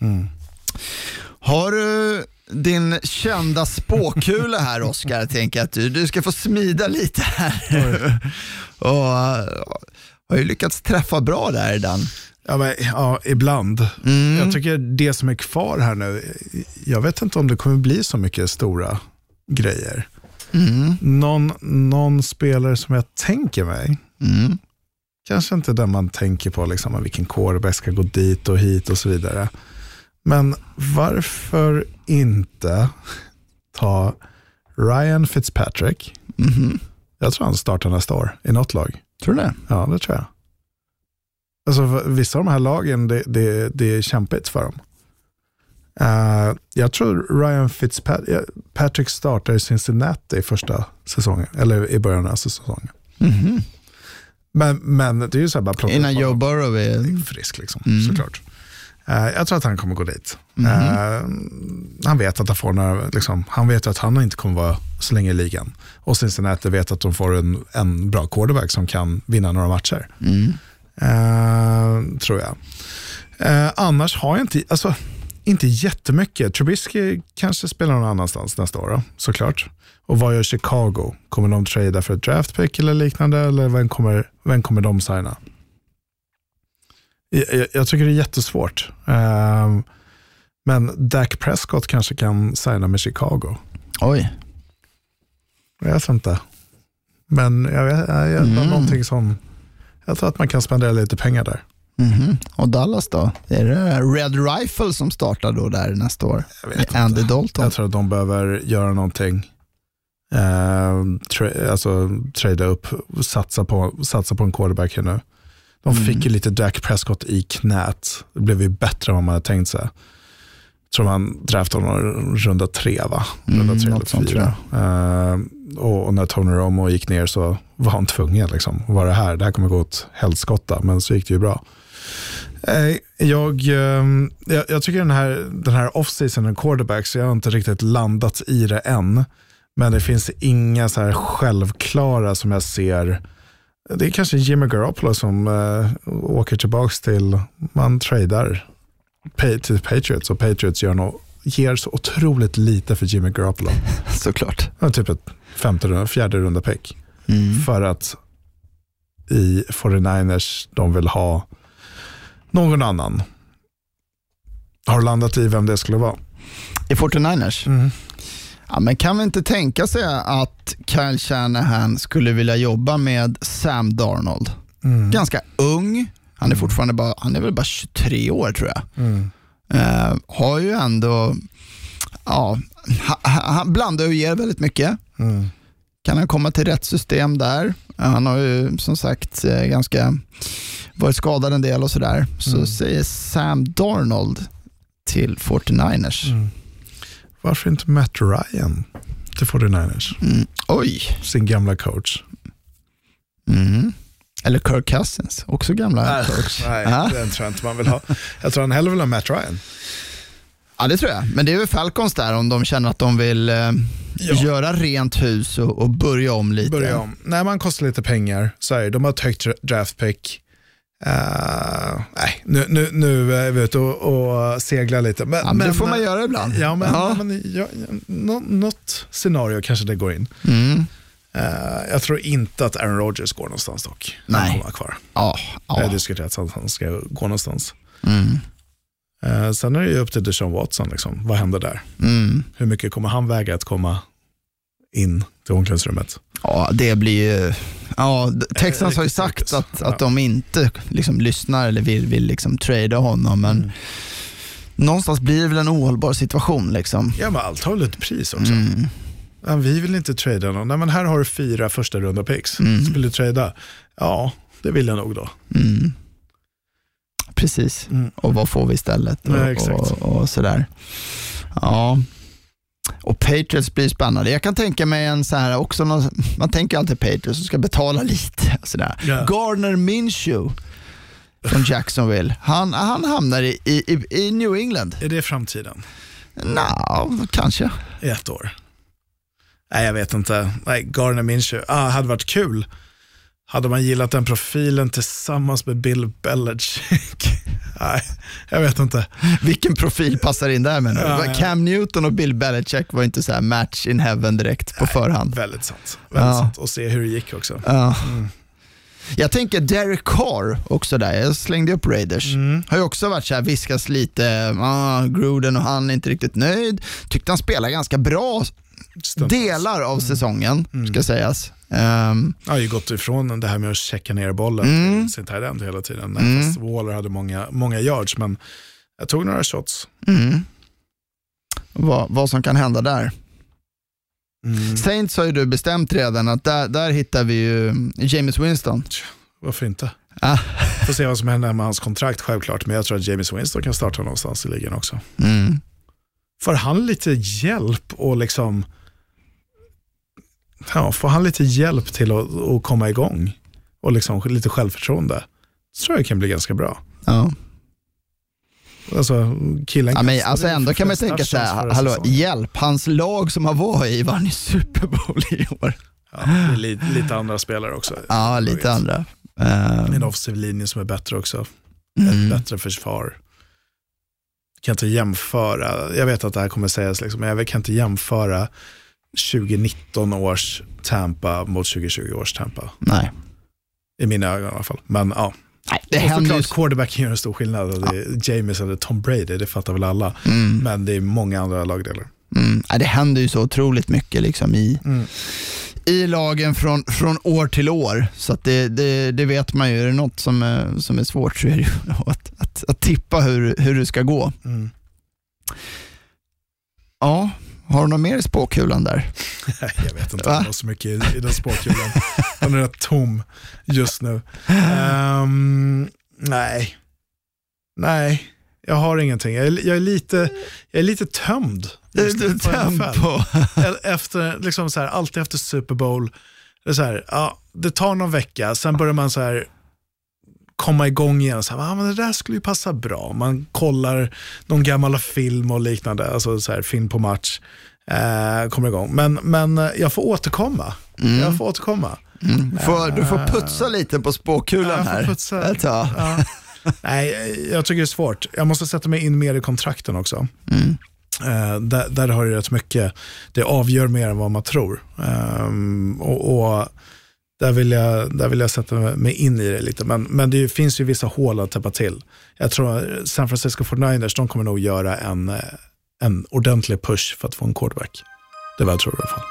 Har du din kända spåkula här, Oskar? Tänker att du ska få smida lite här. Och har ju lyckats träffa bra där i den. Ja, ibland. Jag tycker det som är kvar här nu, jag vet inte om det kommer bli så mycket stora grejer. Någon spelare som jag tänker mig, kanske inte den man tänker på liksom, vilken quarterback ska gå dit och hit och så vidare. Men varför inte ta Ryan Fitzpatrick? Jag tror han startar nästa år i något lag. Tror du det? Ja, det tror jag. Alltså vissa av de här lagen, det är kämpigt för dem. Jag tror Ryan Fitzpatrick startar i Cincinnati i första säsongen, eller i början av säsongen. Men det är ju så här bara plocka innan Joe Burrow är frisk liksom, såklart. Jag tror att han kommer gå dit. Han vet att han får några, liksom, han vet att han inte kommer vara så länge i ligan. Och Cincinnati vet att de får en bra quarterback som kan vinna några matcher. Tror jag. Annars har jag inte jättemycket. Trubisky kanske spelar någon annanstans nästa år då, såklart. Och vad gör Chicago? Kommer de trada för ett draftpick eller liknande? Eller vem kommer de signa? Jag tycker det är jättesvårt. Men Dak Prescott kanske kan signa med Chicago. Oj. Jag vet inte. Men jag vet någonting som, jag tror att man kan spendera lite pengar där. Och Dallas då? Är det Red Rifle som startar då där nästa år? Med Andy Dalton? Jag tror att de behöver göra någonting. Trada upp, satsa på en quarterback här nu. De fick ju lite Dak Prescott i knät. Det blev ju bättre än vad man hade tänkt sig. Jag tror man draftade honom runda 3, va? Runda 3 eller 4. Och när Tony Romo gick ner så var han tvungen liksom. Var det här kommer gå åt helskotta, men så gick det ju bra. Jag tycker den här off-season quarterbacks, jag har inte riktigt landat i det än. Men det finns inga så här självklara som jag ser Det är kanske Jimmy Garoppolo som åker tillbaks till, man tradar till Patriots och Patriots ger så otroligt lite för Jimmy Garoppolo. Såklart. Typ ett fjärde runda pick. För att i 49ers de vill ha någon annan. Har du landat i vem det skulle vara? I 49ers? Ja, men kan vi inte tänka sig att Kyle Shanahan skulle vilja jobba med Sam Darnold? Ganska ung. Han är fortfarande han är väl bara 23 år tror jag. Har ju ändå han blandar och ger väldigt mycket. Kan han komma till rätt system där? Han har ju som sagt ganska varit skadad en del och sådär. Så säger Sam Darnold till 49ers. Varför inte Matt Ryan till 49ers? Oj. Sin gamla coach. Eller Kirk Cousins, också gamla coach. Nej, den tror jag inte man vill ha. Jag tror han hellre vill ha Matt Ryan. Ja, det tror jag. Men det är väl Falcons där om de känner att de vill göra rent hus och börja om lite. Nej, man kostar lite pengar. Så här, de har ett högt draftpick. Nej, nu är vi ute och seglar lite. Men det får man göra ibland. Ja, något scenario kanske det går in. Jag tror inte att Aaron Rodgers går någonstans dock. Nej. Han kommer kvar. Jag har diskuterat att han ska gå någonstans. Sen är det ju upp till Deshaun Watson. Liksom. Vad händer där? Hur mycket kommer han väga att komma in till omklädningsrummet? Ja, det blir ju... Ja, Texans har ju sagt att de inte liksom lyssnar eller vill liksom trada honom, men någonstans blir det väl en ohållbar situation liksom. Ja, men allt har väl ett pris också. Ja, vi vill inte trada någon. Nej, men här har du 4 första runda picks. Vill du trada? Ja, det vill jag nog då. Precis. Och vad får vi istället? Och sådär. Ja. Och Patriots blir spännande. Jag kan tänka mig en så här också, man tänker alltid Patriots som ska betala lite sådär. Yeah. Gardner Minshew från Jacksonville. Han hamnar i New England. Är det framtiden? Kanske. 1 år. Nej, jag vet inte. Nej, Gardner Minshew. Hade varit kul. Hade man gillat den profilen tillsammans med Bill Belichick? Nej, jag vet inte. Vilken profil passar in där med nu? Cam Newton och Bill Belichick var inte så här match in heaven direkt på förhand. Väldigt sant. Sant. Och se hur det gick också. Jag tänker Derek Carr också där. Jag slängde upp Raiders. Har ju också varit så här, viskas lite. Gruden och han är inte riktigt nöjd. Tyckte han spelar ganska bra delar av säsongen, ska sägas. Jag har ju gått ifrån det här med att checka ner bollen till sin tight end hela tiden. Fast Waller hade många yards, men jag tog några shots. Vad som kan hända där. Saints har ju du bestämt redan att där hittar vi ju Jameis Winston. Varför inte? Får se vad som händer med hans kontrakt självklart, men jag tror att Jameis Winston kan starta någonstans i ligan också. Får han lite hjälp och liksom får han lite hjälp till att komma igång och liksom lite självförtroende, så tror jag det kan bli ganska bra. Ja. Alltså killen kan ändå kan man tänka så här, hjälp, hans lag som har varit i vann i Super Bowl i år. Ja, det är lite andra spelare också. Ja, lite andra. En offensiv linje som är bättre också. Ett bättre försvar. Kan inte jämföra, jag vet att det här kommer sägas liksom, men jag kan inte jämföra 2019 års Tampa mot 2020 års Tampa. Nej. I mina ögon i alla fall. Men ja. Nej, det händer klart quarterbacken gör en stor skillnad. Det är Jameis eller Tom Brady, det fattar väl alla. Men det är många andra lagdelar. Det händer ju så otroligt mycket liksom i lagen från år till år. Så att det vet man ju. Är det något som är svårt så är det ju att tippa hur det ska gå. Ja, har du något mer i spåkulan där? Jag vet inte om det är så mycket i den spåkulan. Den är rätt tom just nu. Nej, jag har ingenting. Jag är lite tömd. Du är tömd på? Efter, liksom så här, alltid efter Super Bowl. Det är så här, det tar någon vecka, sen börjar man så här komma igång igen. Så här, men det där skulle ju passa bra. Man kollar någon gammal film och liknande, alltså så här, film på match. Kommer igång. Men jag får återkomma. Du får putsa lite på spåkulan här. Putsa. Ja. Nej, jag tycker det är svårt. Jag måste sätta mig in mer i kontrakten också. Där har det rätt mycket. Det avgör mer än vad man tror. Och där vill jag sätta mig in i det lite. Men det finns ju vissa hål att täppa till. Jag tror San Francisco 49ers, de kommer nog göra en ordentlig push för att få en quarterback. Det är vad jag tror i alla fall.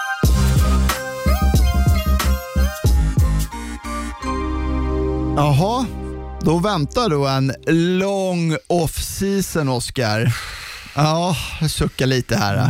Jaha, då väntar då en lång off-season, Oscar. Ja, jag suckar lite här.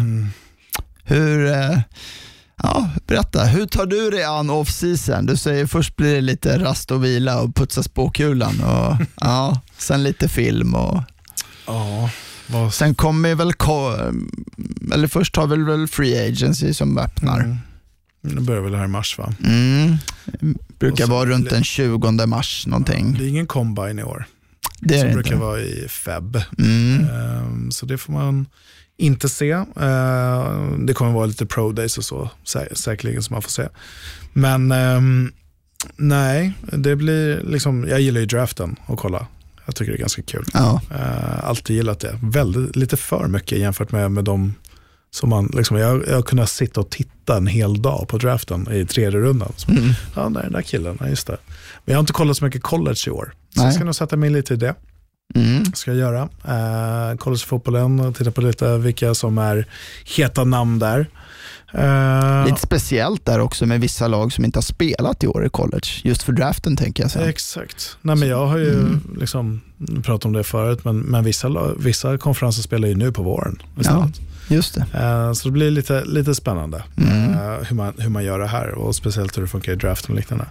Berätta, hur tar du dig an off-season? Du säger först blir det lite rast och vila och putsa spåkulan och sen lite film och sen kommer väl eller först har väl free agency som öppnar. Det börjar väl här i mars, va? Brukar vara runt den 20 mars någonting. Det är ingen combine i år. Det som brukar vara i feb. Så det får man inte se. Det kommer vara lite pro days och så säkerligen som man får se. Men nej, det blir liksom, jag gillar ju draften och kolla. Jag tycker det är ganska kul. Alltid gillat det. Lite för mycket jämfört med de som man liksom, jag har kunnat sitta och titta en hel dag på draften i 3:e rundan. Ja, den där killen, just det. Men jag har inte kollat så mycket college i år. Så jag ska nog sätta mig lite i det. Ska jag göra. Collegefotbollen och titta på lite vilka som är heta namn där. Lite speciellt där också med vissa lag som inte har spelat i år i college. Just för draften tänker jag så. Exakt. Nej, men jag har ju liksom pratat om det förut, men vissa konferenser spelar ju nu på våren istället. Just det. Så det blir lite spännande hur man gör det här och speciellt hur det funkar i draften och liknande.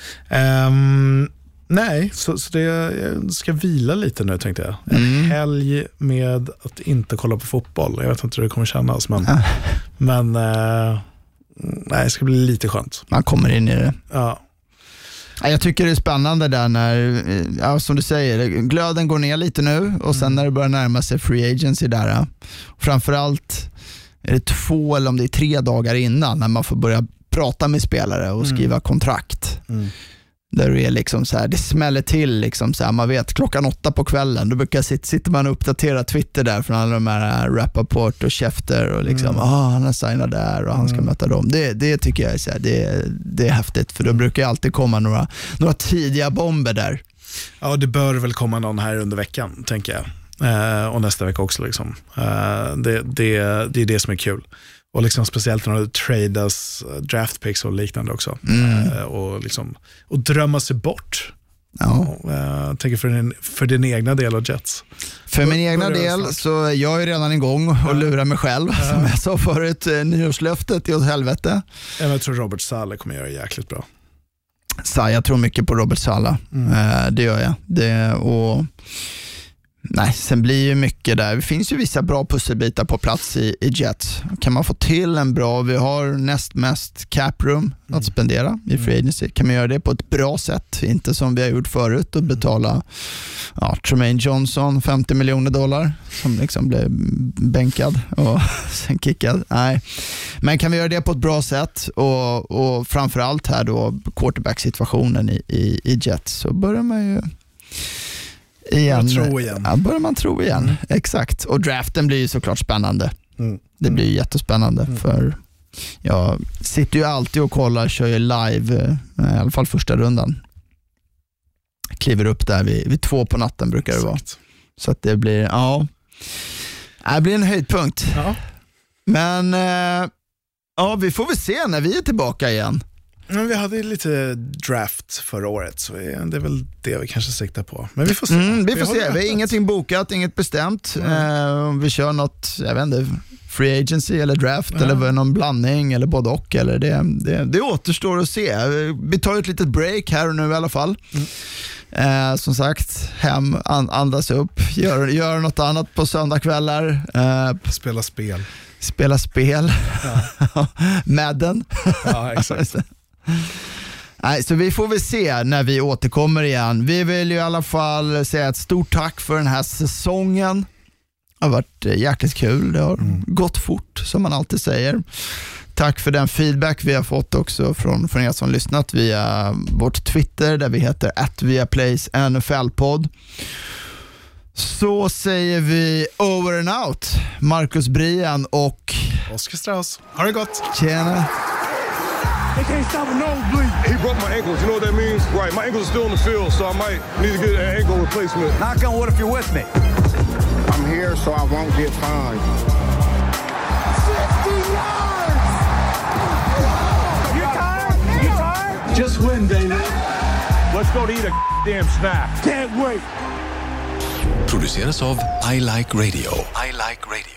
Nej, så det, jag ska vila lite nu tänkte jag. En helg med att inte kolla på fotboll. Jag vet inte hur det kommer kännas, men nej, det ska bli lite skönt. Man kommer in i det. Ja. Jag tycker det är spännande där när, som du säger, glöden går ner lite nu och sen när det börjar närma sig free agency där. Framförallt är det 2 eller om det är 3 dagar innan när man får börja prata med spelare och skriva kontrakt. Där det är liksom så här, det smäller till liksom så här, man vet 8:00 på kvällen, då brukar sitter man och uppdaterar Twitter där från alla de här Rappaport och Schefter och liksom, han har signat där och han ska möta dem. Det tycker jag är så här, det är häftigt, för då brukar alltid komma några tidiga bomber där. Ja, det bör väl komma någon här under veckan, tänker jag. Och nästa vecka också liksom. Det är det som är kul. Och liksom speciellt när det tradas draft picks och liknande också. Och drömma sig bort. Ja. Tänker för din egna del av Jets. För min egna del så är jag ju redan igång och lurar mig själv. Som jag sa förut, nyårslöftet är åt helvete. Jag tror Robert Saleh kommer göra det jäkligt bra. Jag tror mycket på Robert Saleh. Det gör jag. Nej, sen blir ju mycket där. Det finns ju vissa bra pusselbitar på plats i Jets. Kan man få till en bra, vi har näst mest cap room att spendera i free agency. Kan man göra det på ett bra sätt, inte som vi har gjort förut och betala Tremaine Johnson $50 miljoner som liksom blev bänkad och sen kickad. Nej. Men kan vi göra det på ett bra sätt och framförallt här då quarterback-situationen i Jets, så börjar man ju börjar man tro igen. Exakt. Och draften blir ju såklart spännande. Det blir ju jättespännande för jag sitter ju alltid och kollar, kör ju live i alla fall första rundan. Kliver upp där vid 2 på natten brukar det vara. Så att det blir det blir en höjdpunkt. Ja. Men vi får väl se när vi är tillbaka igen. Men vi hade lite draft förra året, så det är väl det vi kanske siktar på. Men vi får se. Vi får se. Vi har ingenting bokat, inget bestämt. Vi kör något, jag vet inte, free agency eller draft eller någon blandning eller både och. Eller det återstår att se. Vi tar ett litet break här och nu i alla fall. Som sagt, hem, andas upp, gör något annat på söndagskvällar. Spela spel. Ja. Madden. Ja, exakt. Nej, så vi får väl se när vi återkommer igen. Vi vill ju i alla fall säga ett stort tack för den här säsongen. Det har varit jäkligt kul. Det har gått fort, som man alltid säger. Tack för den feedback vi har fått också från er som lyssnat via vårt Twitter där vi heter @viaplays_NFL-podd. Så säger vi over and out. Marcus Brian och Oskar Strauss. Ha det gott. Tjena. They can't stop a nosebleed. He broke my ankles. You know what that means? Right. My ankles are still in the field, so I might need to get an ankle replacement. Knock on wood if you're with me. I'm here so I won't get fined. 50 yards! You tired? You tired? Just win, David. Let's go to eat a damn snack. Can't wait. Produceras av I Like Radio. I Like Radio.